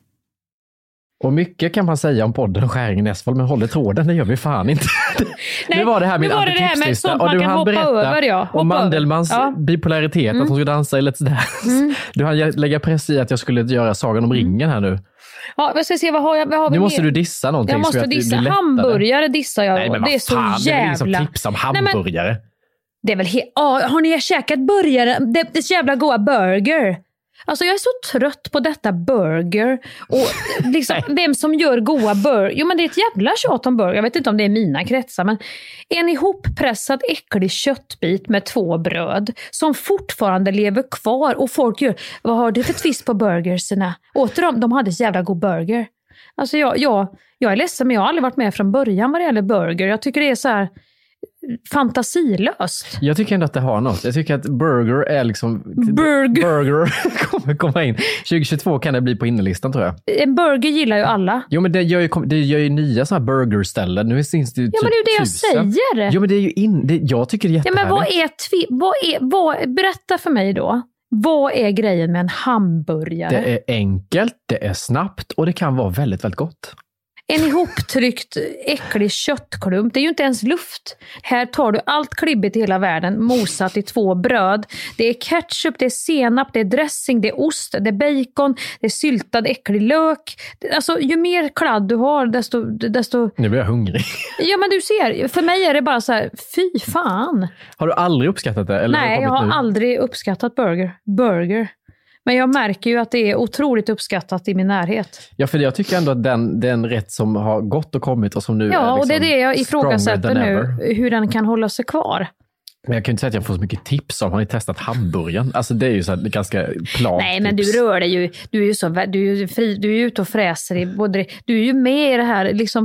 Och mycket kan man säga om podden Skäringen Näsvold, men håller tråden, det gör vi fan inte. Nej, nu var det här min antitipslista och du hann berätta över, ja. om Mandelmans ja. bipolaritet, mm. att hon skulle dansa i Let's Dance. Mm. Du hann lägga press i att jag skulle göra Sagan om ringen här nu. Ja, jag ska se, vad har jag, vad har vi Nu måste mer? du dissa någonting. Jag måste dissa. Hamburgare dissar jag. Nej, men det är så fan, jävla... Det är ingen som tipsar om hamburgare. Nej, men... Det är väl he... ja, har ni käkat burgare? Det, det är så jävla goda burger. Alltså jag är så trött på detta burger. Och liksom, vem som gör goda burger. Jo, men det är ett jävla tjat om burger. Jag vet inte om det är mina kretsar. Men en ihoppressad äcklig köttbit med två bröd. Som fortfarande lever kvar. Och folk gör, vad har du för twist på burgerserna? Åter dem, de hade så jävla god burger. Alltså jag, jag, jag är ledsen, men jag har aldrig varit med från början vad det gäller burger. Jag tycker det är så här... fantasilöst. Jag tycker ändå att det har något. Jag tycker att burger är liksom... Burger. Burger kommer komma in. tjugohundratjugotvå kan det bli på innerlistan, tror jag. En burger gillar ju alla. Jo, men det gör ju, det gör ju nya sådana här burgerställen. Nu finns det ju Ja, typ men det är ju det tusen. jag säger. Jo, men det är ju in... Det, jag tycker det är Ja, jättehärligt. men vad är, tvi- vad är vad, berätta för mig då. Vad är grejen med en hamburgare? Det är enkelt, det är snabbt och det kan vara väldigt, väldigt gott. En ihoptryckt äcklig köttklump. Det är ju inte ens luft. Här tar du allt klibbigt i hela världen, mosat i två bröd. Det är ketchup, det är senap, det är dressing, det är ost, det är bacon, det är syltad äcklig lök. Alltså ju mer kladd du har, desto... desto... Nu blir jag hungrig. Ja, men du ser, för mig är det bara så här, fy fan. Har du aldrig uppskattat det? Eller Nej, har jag har nu? aldrig uppskattat burger. Burger. Men jag märker ju att det är otroligt uppskattat i min närhet. Ja, för jag tycker ändå att den, den rätt som har gått och kommit och som nu ja, är liksom och det är det jag ifrågasätter nu, ever. hur den kan hålla sig kvar. Men jag kan ju inte säga att jag får så mycket tips om. Har ni testat hamburgaren? Alltså det är ju så här, ganska plant. Nej, men tips. du rör dig ju, du är ju så, du är ju fri, du är ju ute och fräser i både, du är ju med i det här liksom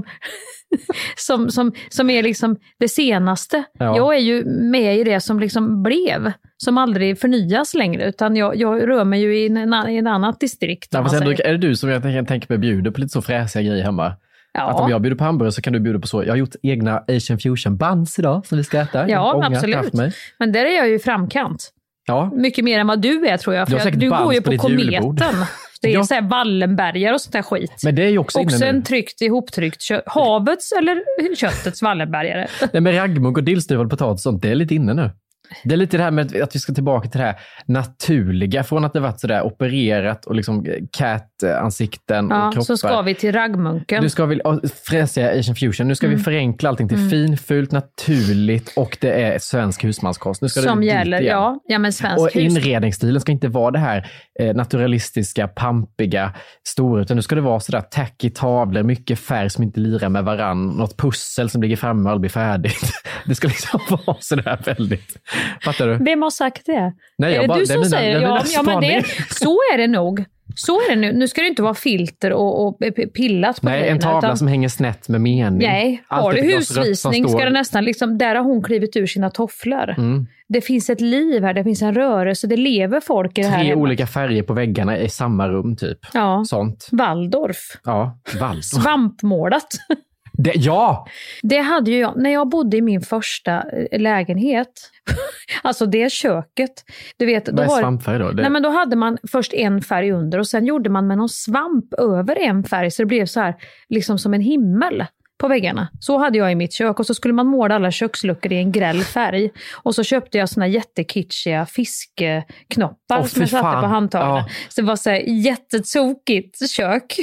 som, som, som är liksom det senaste. Ja. Jag är ju med i det som liksom blev, som aldrig förnyas längre, utan jag, jag rör mig ju i en, i en annat distrikt. Ja, om man fast ändå, säger. är det du som jag tänker, tänker mig bjuder på lite så fräsiga grejer hemma? Ja. Att om jag bjuder på hamburgare så kan du bjuda på så. Jag har gjort egna Asian fusion buns idag som vi ska äta. Ja, Ångat, absolut. haft mig. Men där är jag ju i framkant. Ja. Mycket mer än vad du är, tror jag. Du har För jag, säkert du buns går ju på på ditt julbord. kometen. Det är Ja. så här Wallenbergare och sånt där skit. Men det är ju också, Också inne nu. en tryckt, ihoptryckt kö- havets eller köttets Wallenbergare. Nej, men raggmunk och dillstuvad potatis och sånt, det är lite inne nu. Det är lite det här med att vi ska tillbaka till det här naturliga. Från att det varit sådär opererat och liksom cat-ansikten Ja, och kroppar. så ska vi till raggmunken. Du ska väl fräsiga Asian fusion. Nu ska Mm. vi förenkla allting till finfult, naturligt och det är svensk husmanskost. Nu ska Som det dit gäller, igen. ja. Ja, men svensk Och hus. inredningsstilen ska inte vara det här eh, naturalistiska, pampiga, stora, utan nu ska det vara sådär tacky tavlor, mycket färg som inte lirar med varann, något pussel som ligger framme och aldrig blir färdigt. Det ska liksom vara sådär väldigt. Fattar du? Vem har sagt det? Nej, är jag det bara- du det är som mina- säger det är ja, mina ja, men det, spaningar. så är det nog. Så är det nu. Nu ska det inte vara filter och, och p- pillat på Nej, en grejerna, tavla utan- som hänger snett med mening. Nej, Allt har är du förstås rött som husvisning står- ska det nästan liksom, där har hon klivit ur sina tofflor. Mm. Det finns ett liv här, det finns en rörelse, det lever folk i det här Tre hemmet. olika färger på väggarna i samma rum typ. Ja. Sånt. Waldorf. Ja, vald. Svampmålat. Det, ja! Det hade ju jag, när jag bodde i min första eh, lägenhet. Alltså det köket. Du vet, då Vad är var, svampfärg då? Det, nej, men då hade man först en färg under och sen gjorde man med någon svamp över en färg så det blev så här liksom som en himmel på väggarna. Så hade jag i mitt kök och så skulle man måla alla köksluckor i en gräll färg. Och så köpte jag såna jättekitschiga fiskknoppar Åh, som jag fy satte fan. på handtagen. Ja. Så det var så här jättetokigt kök.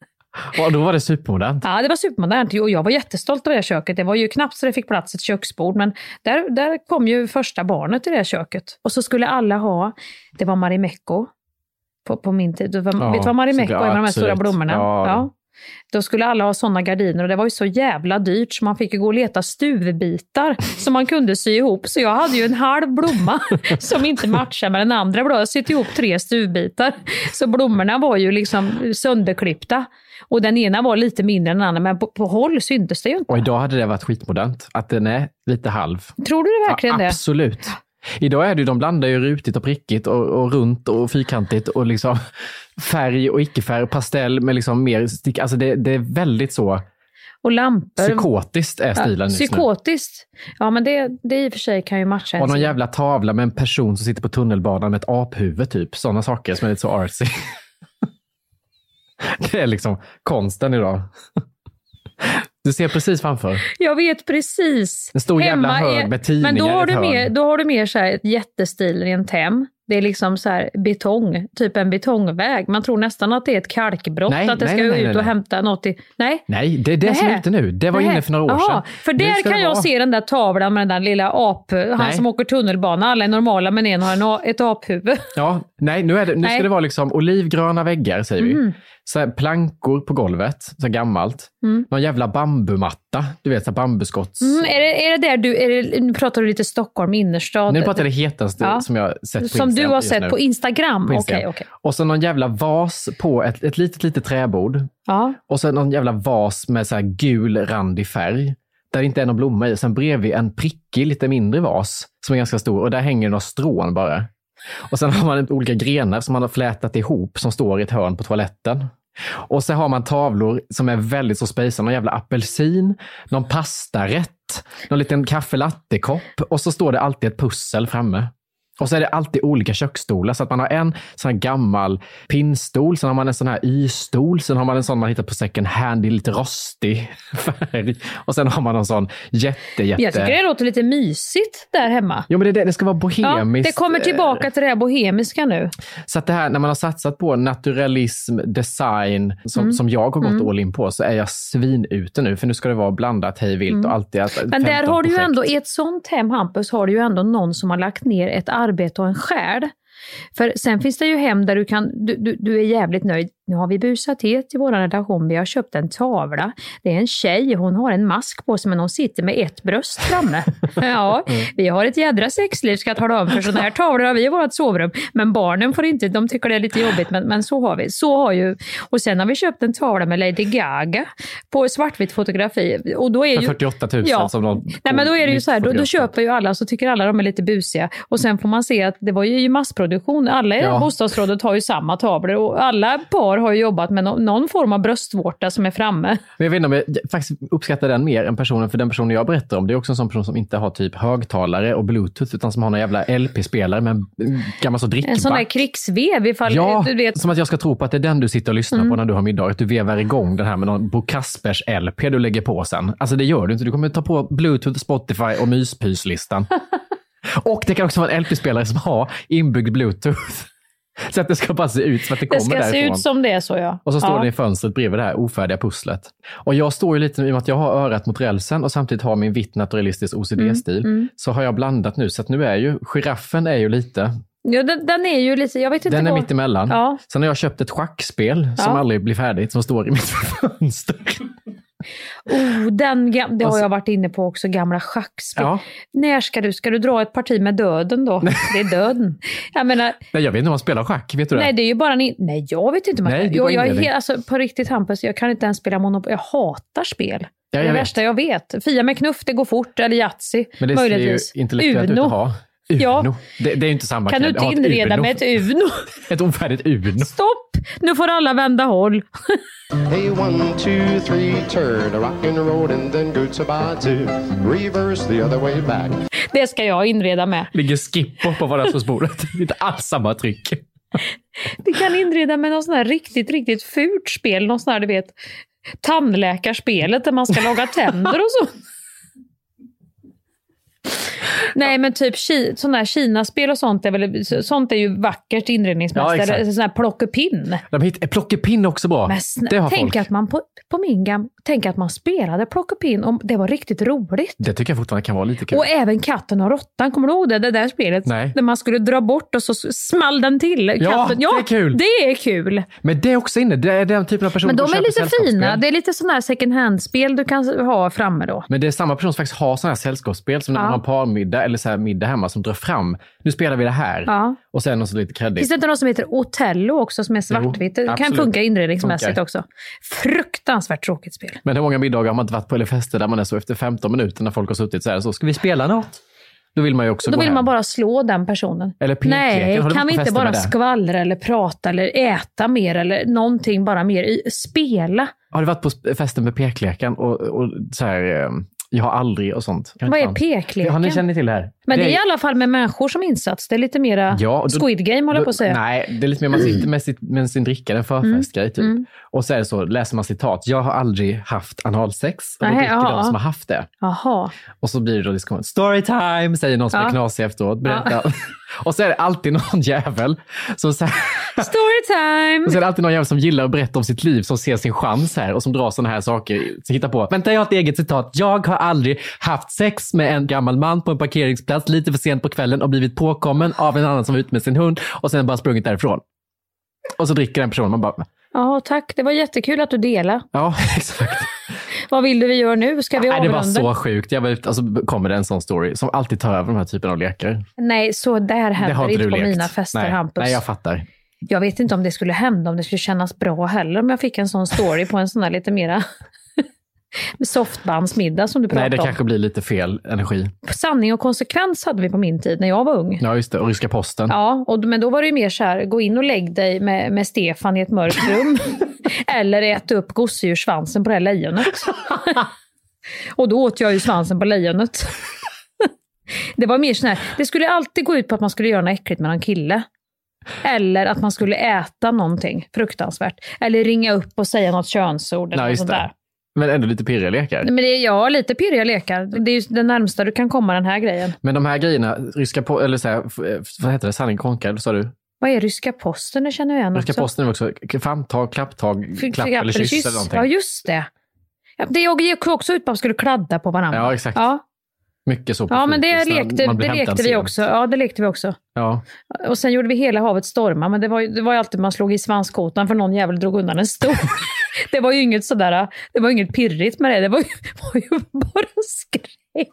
och då var det supermodernt. Ja, det var supermodernt och jag var jättestolt över det här köket. Det var ju knappt så det fick plats ett köksbord, men där, där kom ju första barnet i det här köket. Och så skulle alla ha, det var Marimekko på, på min tid. Det var, Ja, vet du vad Marimekko är såklart, med de här stora absolut. blommorna? Ja. Då skulle alla ha sådana gardiner och det var ju så jävla dyrt så man fick ju gå och leta stuvbitar som man kunde sy ihop. Så jag hade ju en halv blomma som inte matchade med den andra. Jag sytt ihop tre stuvbitar. Så blommorna var ju liksom sönderklippta. Och den ena var lite mindre än den andra, men på, på håll syntes det ju inte. Och idag hade det varit skitmodernt. Att den är lite halv. Tror du det verkligen ja, det? Absolut. Idag är det ju, de blandar ju rutigt och prickigt och, och runt och fyrkantigt och liksom färg och icke-färg och pastell med liksom mer stick. Alltså det, det är väldigt så Och lampor. psykotiskt är stilen Ja, just nu. psykotiskt. Ja, men det, det i och för sig kan ju matcha. Och en någon sida. jävla tavla med en person som sitter på tunnelbanan med ett aphuvud typ. Sådana saker som är lite så artsy. Det är liksom konsten idag. Du ser precis framför. Jag vet precis. En stor jävla hög är- med tidningar Men då har i ett du mer, hörn. då har du mer så här ett jättestilrent hem. Det är liksom så här betong, typ en betongväg. Man tror nästan att det är ett kalkbrott, Nej, att det nej, ska nej, ut nej, och nej. hämta något i... Nej. Nej, det är det som är Nej. ute nu. Det var Nej. inne för några år Jaha, sedan. för Nu där ska kan det jag vara- se den där tavlan med den där lilla ap, han Nej. som åker tunnelbana. Alla är normala men en har en, a- ett aphuvud. Ja, nej, nu, är det, nu Nej. ska det vara liksom olivgröna väggar, säger vi. Mm. Så här, plankor på golvet, så här gammalt. Mm. Någon jävla bambumatta, du vet, så här bambuskotts... Mm, är, det, är det där du, är det, nu pratar du lite Stockholm innerstad. Nu pratar jag det hetaste Ja. som jag sett på Som Instagram du har just sett nu. på Instagram. På Okej, Instagram. okej. Och så någon jävla vas på ett, ett litet, litet träbord. Ja. Och så någon jävla vas med så här gul randig färg där det inte är någon blomma i. Sen bredvid en prickig, lite mindre vas som är ganska stor. Och där hänger några strån bara. Och sen har man olika grenar som man har flätat ihop som står i ett hörn på toaletten. Och så har man tavlor som är väldigt så spejsade. Någon jävla apelsin, någon pastarätt, någon liten kaffe-latte-kopp. Och så står det alltid ett pussel framme. Och så är det alltid olika köksstolar. Så att man har en sån här gammal pinnstol. Sen har man en sån här y-stol. Sen har man en sån man hittar på second hand i lite rostig färg. Och sen har man en sån jätte, jätte... Jag tycker det låter lite mysigt där hemma. Jo, men det, är det, det ska vara bohemiskt. Ja, det kommer tillbaka till det här bohemiska nu. Så att det här, när man har satsat på naturalism, design, som, mm. som jag har gått mm. all in på, så är jag svinute nu. För nu ska det vara blandat hejvilt mm. och alltid... Men där har du ju ändå, i ett sånt hem, Hampus, har du ju ändå någon som har lagt ner ett arbete och en själ. För sen finns det ju hem där du kan du, du, du är jävligt nöjd. Nu har vi busat hit i vår redaktion. Vi har köpt en tavla. Det är en tjej. Hon har en mask på sig, men hon sitter med ett bröst framme. Ja, vi har ett jädra sexliv, ska jag tala om. För sådana här tavlor har vi i vårt sovrum. Men barnen får inte, de tycker det är lite jobbigt. Men, men så har vi. Så har ju, och sen har vi köpt en tavla med Lady Gaga på svartvitt fotografi. Och då är ju, fyrtioåtta tusen ja, som någon. Nej, men då är det ju så här, då, då köper ju alla, så tycker alla de är lite busiga. Och sen får man se att det var ju i massproduktion. Alla i ja. bostadsrådet har ju samma tavlor. Och alla par har ju jobbat med no- någon form av bröstvårta som är framme. Men jag vet inte om jag faktiskt uppskattar den mer än personen, för den personen jag berättar om, det är också en sån person som inte har typ högtalare och bluetooth, utan som har en jävla L P-spelare med en gammal så drickback. En sån där krigsvev ifall ja, du vet. Som att jag ska tro på att det är den du sitter och lyssnar mm. på när du har middag, att du vevar igång den här med någon Bo Kaspers L P du lägger på sen. Alltså det gör du inte, du kommer ta på Bluetooth, Spotify och myspyslistan. Och det kan också vara en L P-spelare som har inbyggd Bluetooth. Så att det ska bara se ut som att det, det kommer därifrån. Det ska se ut som det är så, ja. Och så står ja. det i fönstret bredvid det här ofärdiga pusslet. Och jag står ju lite, i och med att jag har örat mot rälsen och samtidigt har min vitt naturalistisk O C D-stil, mm, mm. så har jag blandat nu. Så att nu är ju, giraffen är ju lite... Ja, den, den är ju lite, jag vet inte Den vad... är mitt emellan. Ja. Sen har jag köpt ett schackspel ja. som aldrig blir färdigt, som står i mitt fönster. Oh, den, det har jag varit inne på också, gamla schackspel. Ja. När ska du, ska du dra ett parti med döden då? Det är döden. Jag menar... Nej, jag vet inte om man spelar schack, vet du det? Nej, det är ju bara en... Nej, jag vet inte. Man... Nej, jag, jag är helt, alltså, på riktigt, Hampus, jag kan inte ens spela Monopoly. Jag hatar spel. Ja, det är det värsta jag vet. Fia med knuff, det går fort, eller Yatzy. Men det ser ju intellektuellt ut att ha. Uno. Ja. Det, det är ju inte samma. Kan du inte inreda med ett Uno? Ett ofärdigt Uno. Stopp! Nu får alla vända håll. Hey, one, two, three, turn a rockin' road and then go to bar two. Reverse the other way back. Det ska jag inreda med. Ligger skippo på vardagsbordet. Det är inte alls samma tryck. Vi kan inreda med något sånt här riktigt, riktigt fult spel. Något sånt här, du vet, tandläkarspelet där man ska laga tänder och så. Nej, men typ ki- sån där Kina-spel och sånt är väl, sånt är ju vackert inredningsmässigt. Ja, eller sån här plockepinn. De hittar plockepinn också bra. Men snä- det har tänk folk. Att man på, på min gam- tänk att man spelade plockepinn och det var riktigt roligt. Det tycker jag fortfarande kan vara lite kul. Och även katten och råttan, kommer du ihåg det, det där spelet? Nej. Där man skulle dra bort och så small den till katten. Ja, ja, det är kul. Det är kul. Men det är också inne, det är den typen av personer. Men de är lite fina, det är lite sån här second hand-spel du kan ha framme då. Men det är samma person som faktiskt har sån här sällskapsspel som ja. när man har parmiddag eller så här middag hemma som drar fram. Nu spelar vi det här. Ja. Och sen också lite kredit. Finns det inte något som heter Otello också som är svartvitt? Det kan funka inredningsmässigt funkar. Också. Fruktansvärt tråkigt spel. Men hur många middagar har man inte varit på eller fester där man är så efter femton minuter när folk har suttit så här så ska vi spela något? Då vill man ju också Då gå vill hem. man bara slå den personen. Eller Nej, kan vi inte bara skvallra eller prata eller äta mer eller någonting bara mer i spela? Har du varit på festen med pekleken och, och så här... Jag har aldrig och sånt. Vad är pekleken? Har ni känner till det här? Men det är, det är i alla fall med människor som insats. Det är lite mera ja, då, Squid Game håller jag på att säga. Nej, det är lite mer man sitter med, sitt, med sin dricka, en förfestgrej typ. Mm. Och så är det så, läser man citat. Jag har aldrig haft analsex. Och då dricker de som har haft det. Aha. Och så blir det då diskussion. Storytime, säger någon som ja. är knasig efteråt. Berätta. Ja. Och så är det alltid någon jävel som säger... Storytime! Och så är det alltid någon jävel som gillar att berätta om sitt liv, som ser sin chans här och som drar sådana här saker. Så hittar på. Vänta, jag har ett eget citat. Jag har aldrig haft sex med en gammal man på en parkeringsplats lite för sent på kvällen och blivit påkommen av en annan som var ute med sin hund och sen bara sprungit därifrån. Och så dricker den personen, man bara... Ja, tack. Det var jättekul att du delade. Ja, exakt. Vad vill du vi göra nu? Ska vi Nej, det var så sjukt. Jag vet, alltså, kommer det en sån story som alltid tar över de här typen av lekar. Nej, så där händer inte på lekt. Mina fester, Nej. Hampus. Nej, jag fattar. Jag vet inte om det skulle hända, om det skulle kännas bra heller om jag fick en sån story på en sån här lite mera... softbandsmiddag som du pratade om. Nej, det kanske blir lite fel energi. Sanning och konsekvens hade vi på min tid när jag var ung. Ja, just det. Och ryska posten. Ja, och, men då var det ju mer så här, gå in och lägg dig med, med Stefan i ett mörkt rum. Eller äta upp gosedjurssvansen på det här lejonet. Och då åt jag ju svansen på lejonet. Det var mer sån här, det skulle alltid gå ut på att man skulle göra något äckligt med någon kille. Eller att man skulle äta någonting fruktansvärt. Eller ringa upp och säga något könsord. Eller ja, något sånt där. Men ändå lite pirriga lekar. Men det är, ja, lite pirriga lekar. Det är ju det närmsta du kan komma den här grejen. Men de här grejerna, ryska po- eller så här, vad heter det, sanning konka, sa du? Vad är ryska posten? Det känner jag igen ryska också. Ryska posten är också famntag, klapptag, klapp, klapp eller kyss, kyss eller någonting. Ja, just det. Ja, det gick också ut på att man skulle kladda på varandra. Ja, exakt. Ja. Mycket så på Ja, men det fritids, lekte, det lekte vi också. Ja, det lekte vi också. Ja. Och sen gjorde vi hela havet storma, men det var ju, det var ju alltid man slog i svanskotan för någon jävel drog undan en stol. Det var ju inget sådär, det var inget pirrigt med det. Det var ju, var ju bara skräck.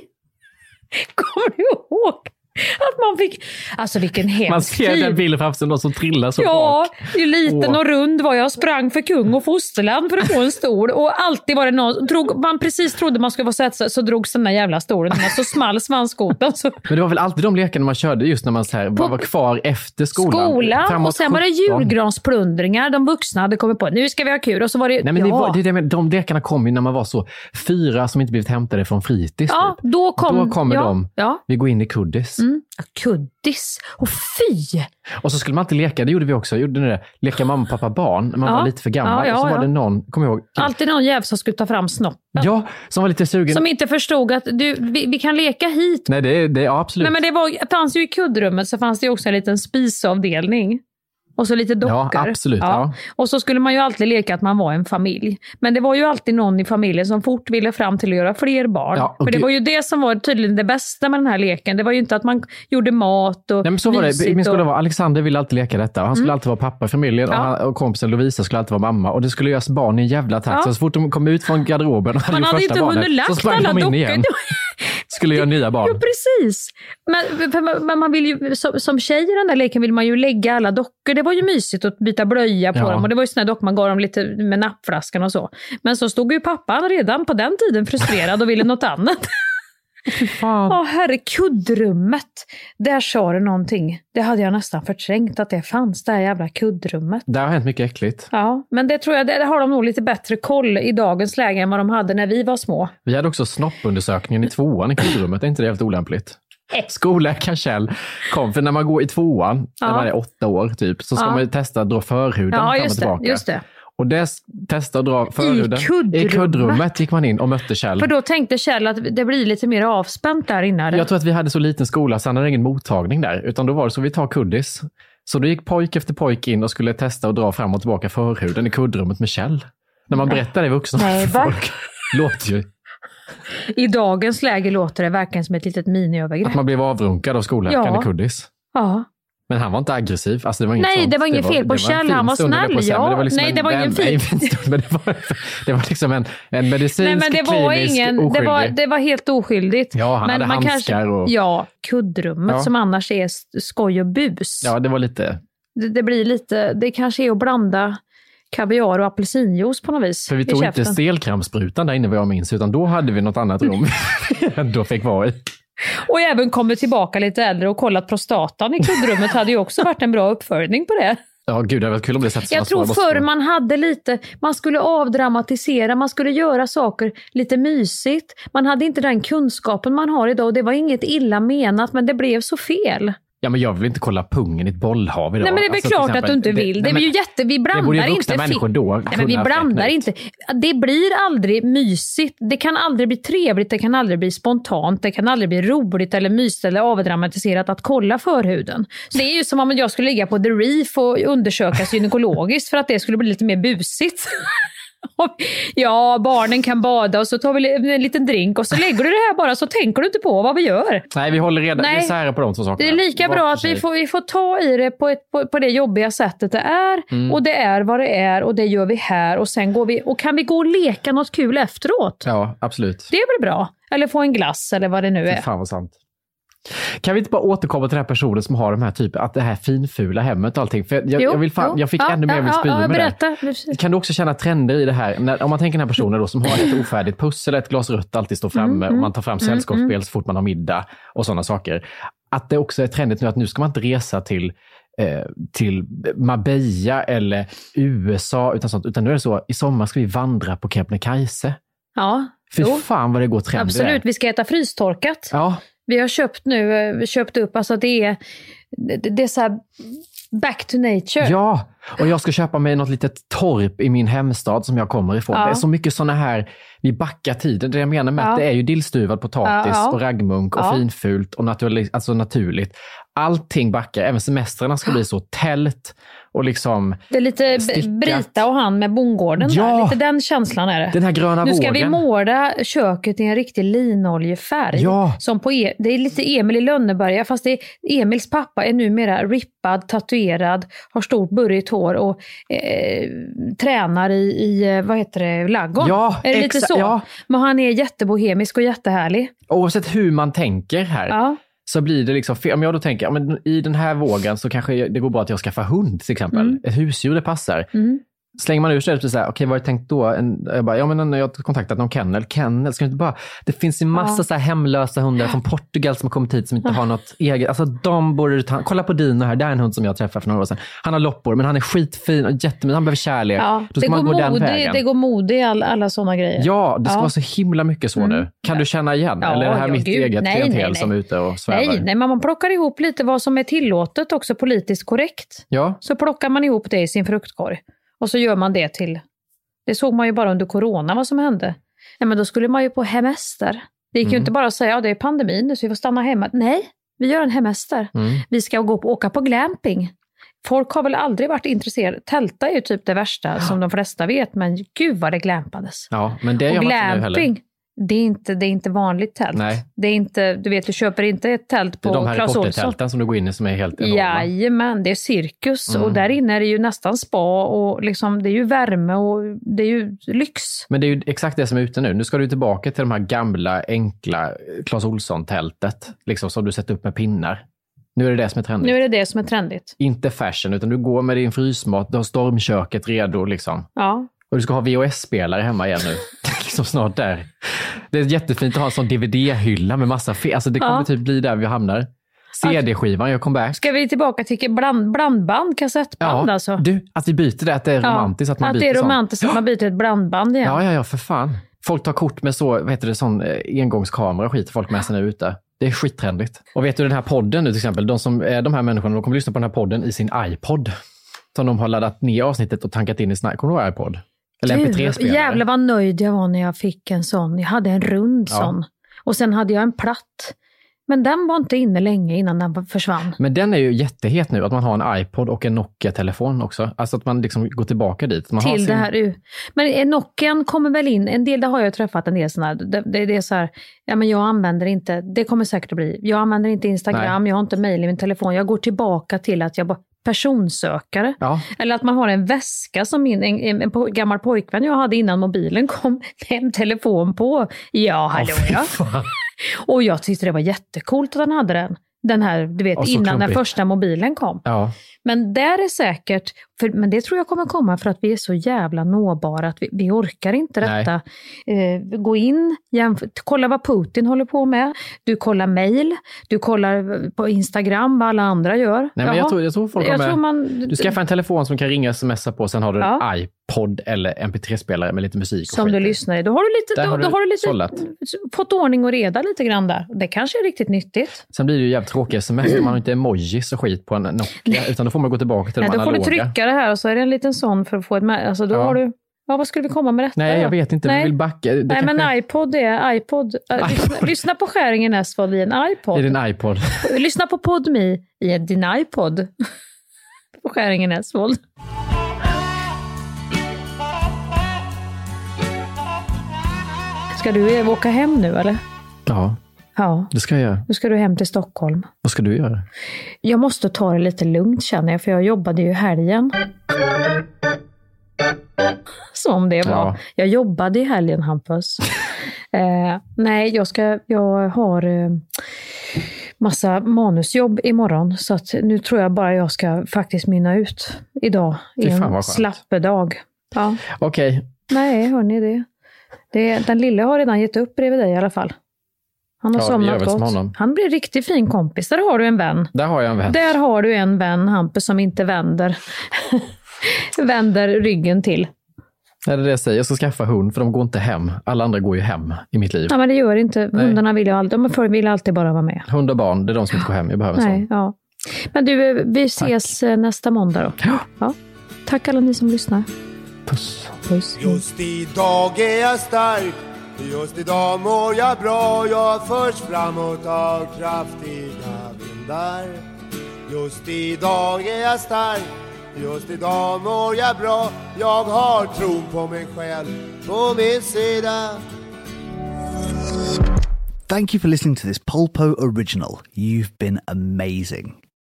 Kommer du ihåg? Att man fick, alltså vilken hemsk man ser tid. Den bilden framför sig, någon som trillar så ja, bak. Ja, liten Åh. och rund var jag, sprang för kung och fosterland för att få en stol. Och alltid var det någon, drog, man precis trodde man skulle vara sätta så drogs den där jävla stolen. Så small svanskotan. Så. Men det var väl alltid de lekarna man körde just när man så här, var, var kvar efter skolan. Skolan, och sen var det julgransplundringar. De vuxna hade kommit på, nu ska vi ha kul. Och så var det, Nej, men ja. det var, det, det, de lekarna kom ju när man var så fyra som inte blivit hämtade från fritids. Ja, typ. då, kom, då kommer ja, de. Ja. Vi går in i kuddis. Mm. Kuddis. Och fy! Och så skulle man alltid leka, det gjorde vi också. Gjorde det, leka mamma, pappa, barn när man ja. var lite för gammal. Ja, ja, och så var ja. det någon, kommer jag ihåg. Alltid någon jävel som skulle ta fram snoppen. Ja, som var lite sugen. Som inte förstod att du, vi, vi kan leka hit. Nej, det, det ja, absolut. Nej, men det var, fanns ju i kuddrummet så fanns det ju också en liten spisavdelning. Och så lite dockor. Ja, absolut. Ja. Ja. Och så skulle man ju alltid leka att man var en familj. Men det var ju alltid någon i familjen som fort ville fram till att göra fler barn. Ja, För det gud. var ju det som var tydligen det bästa med den här leken. Det var ju inte att man gjorde mat och Nej, men så var det. Min skola och... var, Alexander ville alltid leka detta. Han skulle Mm. alltid vara pappa i familjen. Ja. Och, han, och kompisen Lovisa skulle alltid vara mamma. Och det skulle göras barn i en jävla takt. Ja. Så, så fort de kom ut från garderoben och hade Man gjort hade första inte barnet, hunnit så lagt sprang alla de in dockor. igen. Skulle göra nya barn. Jo, precis. Men, för man, men man vill ju, som, som tjej i den där leken vill man ju lägga alla dockor. Det var ju mysigt att byta blöja på Ja. dem. Och det var ju såna dockor man gav dem lite med nappflaskan och så. Men så stod ju pappan redan på den tiden frustrerad och ville något annat. Fan. Ja, herre, kuddrummet. Där sa det någonting. Det hade jag nästan förträngt att det fanns, det här jävla kuddrummet. Det har hänt mycket äckligt. Ja, men det tror jag, det har de nog lite bättre koll i dagens läge än vad de hade när vi var små. Vi hade också snoppundersökningen i tvåan i kuddrummet. Är inte det helt olämpligt? Skolläkaren Kjell kom, för när man går i tvåan, Ja. när man är åtta år typ, så ska Ja. man ju testa att dra förhuden Ja, fram och just det, tillbaka. just det. Och det testa att dra förhuden. kuddrummet. I kuddrummet gick man in och mötte Kjell. För då tänkte Kjell att det blir lite mer avspänt där inne. Eller? Jag tror att vi hade så liten skola så han hade ingen mottagning där. Utan då var det så vi tar kuddis. Så då gick pojk efter pojk in och skulle testa att dra fram och tillbaka förhuden i kuddrummet med Kjell. När man berättar det i vuxna Nej, va? folk. Låter ju. I dagens läge låter det verkligen som ett litet miniövergrepp. Att man blev avrunkad av skolläkaren Ja. i kuddis. Ja. Men han var inte aggressiv. Alltså det var inget Nej, sånt. det var inget fel på det en Kjell, fin han var stund, höll jag på att snäll, säga, ja. men det var liksom Nej, en det var ingen vän- fin- nej, fin stund, men det var, det var liksom en, en medicinsk, Nej, men det var klinisk, ingen, oskyldig. det var, det var helt oskyldigt. Ja, han men hade handskar och- Ja, kuddrummet Ja. som annars är st- skoj och bus. Ja, det var lite... Det, det blir lite, det kanske är att blanda kaviar och apelsinjuice på något vis. För vi i tog käften. inte stelkrampssprutan där inne vad jag minns, utan då hade vi något annat rum vi ändå fick vara i. Och även kommit tillbaka lite äldre och kollat prostatan i kuddrummet hade ju också varit en bra uppföljning på det. Ja, gud, det var kul om det sätts. Jag tror förr man hade lite, man skulle avdramatisera, man skulle göra saker lite mysigt. Man hade inte den kunskapen man har idag och det var inget illa menat, men det blev så fel. Ja, men jag vill inte kolla pungen i ett bollhav idag. Nej, men det är väl Alltså, till klart exempel, att du inte vill. Det är nej, ju men- jätte, vi borde ju blandar vuxna inte. människor då Nej, men vi kunna blandar räkna inte. ut. Det blir aldrig mysigt. Det kan aldrig bli trevligt. Det kan aldrig bli spontant. Det kan aldrig bli roligt eller mysigt eller avdramatiserat att kolla förhuden. Så det är ju som om jag skulle ligga på The Reef och undersökas gynekologiskt för att det skulle bli lite mer busigt. Ja, barnen kan bada och så tar vi en liten drink och så lägger du det här bara så tänker du inte på vad vi gör. Nej, vi håller redan Nej. isär på de två sakerna. Det är lika Var bra för att vi sig. får, vi får ta i det på, ett, på, på det jobbiga sättet det är. Mm. Och det är vad det är och det gör vi här. Och sen går vi, och kan vi gå och leka något kul efteråt? Ja, absolut. Det blir bra. Eller få en glass eller vad det nu Fy är. fan vad sant. Kan vi inte bara återkomma till den här personen som har de här typen, att det här finfula hemmet och allting? För jag, jo, jag, vill fan, jag fick ja, ännu mer ja, vill spy ja, med berätta. det. Kan du också känna trender i det här? När, om man tänker den här personen då som har ett ofärdigt pussel, ett glas rött alltid står framme mm, och man tar fram mm, sällskapsspel mm. så fort man har middag och sådana saker. Att det också är trendigt nu att nu ska man inte resa till eh, till Marbella eller U S A utan sånt, utan nu är det så, i sommar ska vi vandra på Kebnekaise. Ja. Fy jo. fan vad det går trender. Absolut, vi ska äta frystorkat. Ja. Vi har köpt nu, vi köpt upp, alltså det är, det, det är så här back to nature. Ja, och jag ska köpa mig något litet torp i min hemstad som jag kommer ifrån. Ja. Det är så mycket såna här, vi backar tiden. Det jag menar med ja. att det är ju dillstuvad potatis ja, ja. och raggmunk och ja. finfult och naturligt, alltså naturligt. Allting backar, även semestrarna ska bli så tält och liksom det är lite stickat. Brita och han med bondgården ja. där. Lite den känslan är det. Den här gröna nu ska vågen. Vi måla köket i en riktig linoljefärg. Ja. Som på e- det är lite Emil i Lönneberga, fast det är, Emils pappa är numera rippad, tatuerad, har stort burrigt hår och eh, tränar i, i, vad heter det, laggård. Ja, är det lite exa- så? Ja. Men han är jättebohemisk och jättehärlig. Oavsett hur man tänker här. Ja. Så blir det liksom, om jag då tänker, ja, men i den här vågen så kanske det går bra att jag skaffar hund till exempel. Mm. Ett husdjur, det passar. Mm. Slänger man ur sig det så här, okej okay, vad har jag tänkt då? En, jag bara, ja men jag har kontaktat någon kennel. Kennel, ska inte bara, det finns ju massa ja. så här hemlösa hundar från Portugal som har kommit hit som inte ja. har något eget. Alltså de borde ta, kolla på Dino här, det är en hund som jag träffade för några år sedan. Han har loppor men han är skitfin och jättemynd, han behöver kärlek. Ja, då ska man gå mod, den vägen. Det, det går mode i all, alla sådana grejer. Ja, det ska ja. vara så himla mycket så mm. nu. Kan du känna igen? Ja, eller är det här ja, mitt gud. eget nej, klientel nej, nej. som är ute och svävar? Nej, nej, men man plockar ihop lite vad som är tillåtet också politiskt korrekt. Ja. Så plockar man ihop det i sin fruktkorg. Och så gör man det till... Det såg man ju bara under corona vad som hände. Ja, men då skulle man ju på hemester. Det gick mm. ju inte bara att säga, ja det är pandemin nu så vi får stanna hemma. Nej, vi gör en hemester. Mm. Vi ska gå på, åka på glamping. Folk har väl aldrig varit intresserade. Tälta är ju typ det värsta ja. som de flesta vet. Men gud vad det glampades. Ja, men det gör man inte nu heller. Det är inte, det är inte vanligt tält. Nej. Det är inte, du vet, du köper inte ett tält på Clas Ohlson. Det är de här Potter-tälten som du går in i som är helt enorma. Jajamän, det är cirkus mm. och där inne är det ju nästan spa och liksom, det är ju värme och det är ju lyx. Men det är ju exakt det som är ute nu. Nu ska du tillbaka till de här gamla, enkla Clas Ohlson-tältet liksom, som du sätter upp med pinnar. Nu är det det som är trendigt. Nu är det det som är trendigt. Inte fashion, utan du går med din frysmat, du har stormköket redo liksom. Ja. Och du ska ha V H S-spelare hemma igen nu. Liksom snart där. Det är jättefint att ha en sån D V D-hylla med massa fe- Alltså det kommer ja. typ bli där vi hamnar. C D-skivan, jag kom back. Ska vi tillbaka till bland, blandband, kassettband ja. alltså? Du, att vi byter det, att det är romantiskt ja. att man att byter det är romantiskt sånt. Att man byter ett blandband igen. Ja, ja, ja, för fan. Folk tar kort med så, vad heter det, sån engångskamera och skit folk med sig nu ute. Det är skittrendigt. Och vet du den här podden nu till exempel, de som är de här människorna, de kommer lyssna på den här podden i sin iPod. Som de har laddat ner avsnittet och tankat in i sin kommer du ihåg iPod? Eller M P tre-spelare. Jävlar vad nöjd jag var när jag fick en sån. Jag hade en rund ja. sån. Och sen hade jag en platt. Men den var inte inne länge innan den försvann. Men den är ju jättehet nu, att man har en iPod och en Nokia-telefon också. Alltså att man liksom går tillbaka dit. Man Till har sin... det här. Men Nokian kommer väl in, en del, det har jag träffat en del sådana här. Det, det, det är så här, ja men jag använder inte, det kommer säkert att bli. Jag använder inte Instagram, Nej. jag har inte mejl i min telefon. Jag går tillbaka till att jag bara personsökare. Ja. Eller att man har en väska som min, en, en, en gammal pojkvän jag hade innan mobilen kom med en telefon på. Ja, hallå oh, ja. Och jag tyckte det var jättekult att han hade den. Den här, du vet, innan klumpigt. Den första mobilen kom. Ja. Men där är säkert, för, men det tror jag kommer komma för att vi är så jävla nåbara att vi, vi orkar inte detta. Eh, gå in, jämför, kolla vad Putin håller på med. Du kollar mejl, du kollar på Instagram vad alla andra gör. Nej, men jag tror, jag tror folk jag kommer, tror man, du skaffar en telefon som kan ringa och smsa på, sen har du ja. en iPod eller M P tre-spelare med lite musik. Som du lyssnar i. Då har du lite, då, har du då har du lite sållat. fått ordning och reda lite grann där. Det kanske är riktigt nyttigt. Sen blir det ju jävligt tråkiga sms när man har inte emojis och skit på en Nokia, utan då får man gå tillbaka till de Nej, då analoga. får du trycka det här och så är det en liten sån för att få ett med. Alltså då ja. har du, ja vad skulle vi komma med detta? Nej, jag vet inte, Nej. vi vill backa. Det Nej, kanske... men iPod är iPod. iPod. Lyssna, lyssna på Skäringen Esvold i en iPod. I din iPod. Lyssna på PodMe i din iPod. På Skäringen Esvold. Ska du åka hem nu eller? Ja. Ja, det ska jag göra. Nu ska du hem till Stockholm. Vad ska du göra? Jag måste ta det lite lugnt känner jag, för jag jobbade ju helgen. Som det var. Ja. Jag jobbade i helgen, Hampus. eh, nej, jag ska, jag har... Eh, massa manusjobb imorgon. Så att nu tror jag bara jag ska faktiskt minna ut idag i en slappedag. Ja. Okej. Okay. Nej, hörni det. det. Den lille har redan gett upp bredvid dig i alla fall. Han har ja, somnat gott. Han blir riktigt fin kompis. Där har du en vän. Där har jag en vän. Där har du en vän, Hampus, som inte vänder, vänder ryggen till. Det är det jag säger. Jag ska skaffa hund för de går inte hem. Alla andra går ju hem i mitt liv. Ja, men det gör inte. Nej. Hundarna vill ju alltid, de vill alltid bara vara med. Hund och barn, det är de som inte går hem. Jag behöver Nej, ja. Men du, vi ses Tack. nästa måndag då. Ja. ja. Tack alla ni som lyssnar. Puss. Puss. Just idag är jag stark. Just idag mår jag bra. Jag förs framåt av kraftiga vindar. Just idag är jag stark. Just idag mår jag bra. Jag har tron på mig själv på min sida. Thank you for listening to this Polpo original. You've been amazing.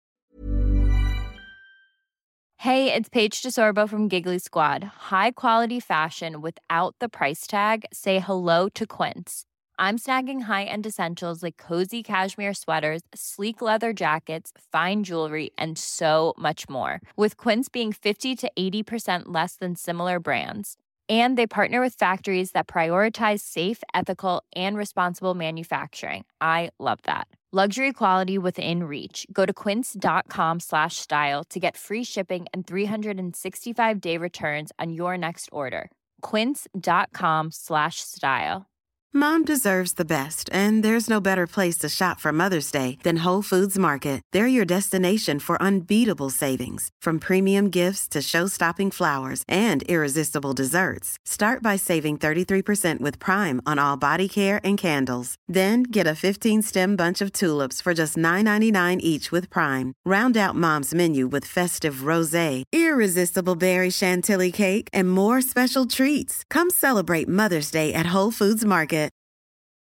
Hey, it's Paige DeSorbo from Giggly Squad. High quality fashion without the price tag. Say hello to Quince. I'm snagging high-end essentials like cozy cashmere sweaters, sleek leather jackets, fine jewelry, and so much more. With Quince being fifty to eighty percent less than similar brands. And they partner with factories that prioritize safe, ethical, and responsible manufacturing. I love that. Luxury quality within reach. Go to quince.com slash style to get free shipping and three sixty-five day returns on your next order. Quince.com slash style. Mom deserves the best, and there's no better place to shop for Mother's Day than Whole Foods Market. They're your destination for unbeatable savings, from premium gifts to show-stopping flowers and irresistible desserts. Start by saving thirty-three percent with Prime on all body care and candles. Then get a fifteen-stem bunch of tulips for just nine ninety-nine each with Prime. Round out Mom's menu with festive rosé, irresistible berry chantilly cake, and more special treats. Come celebrate Mother's Day at Whole Foods Market.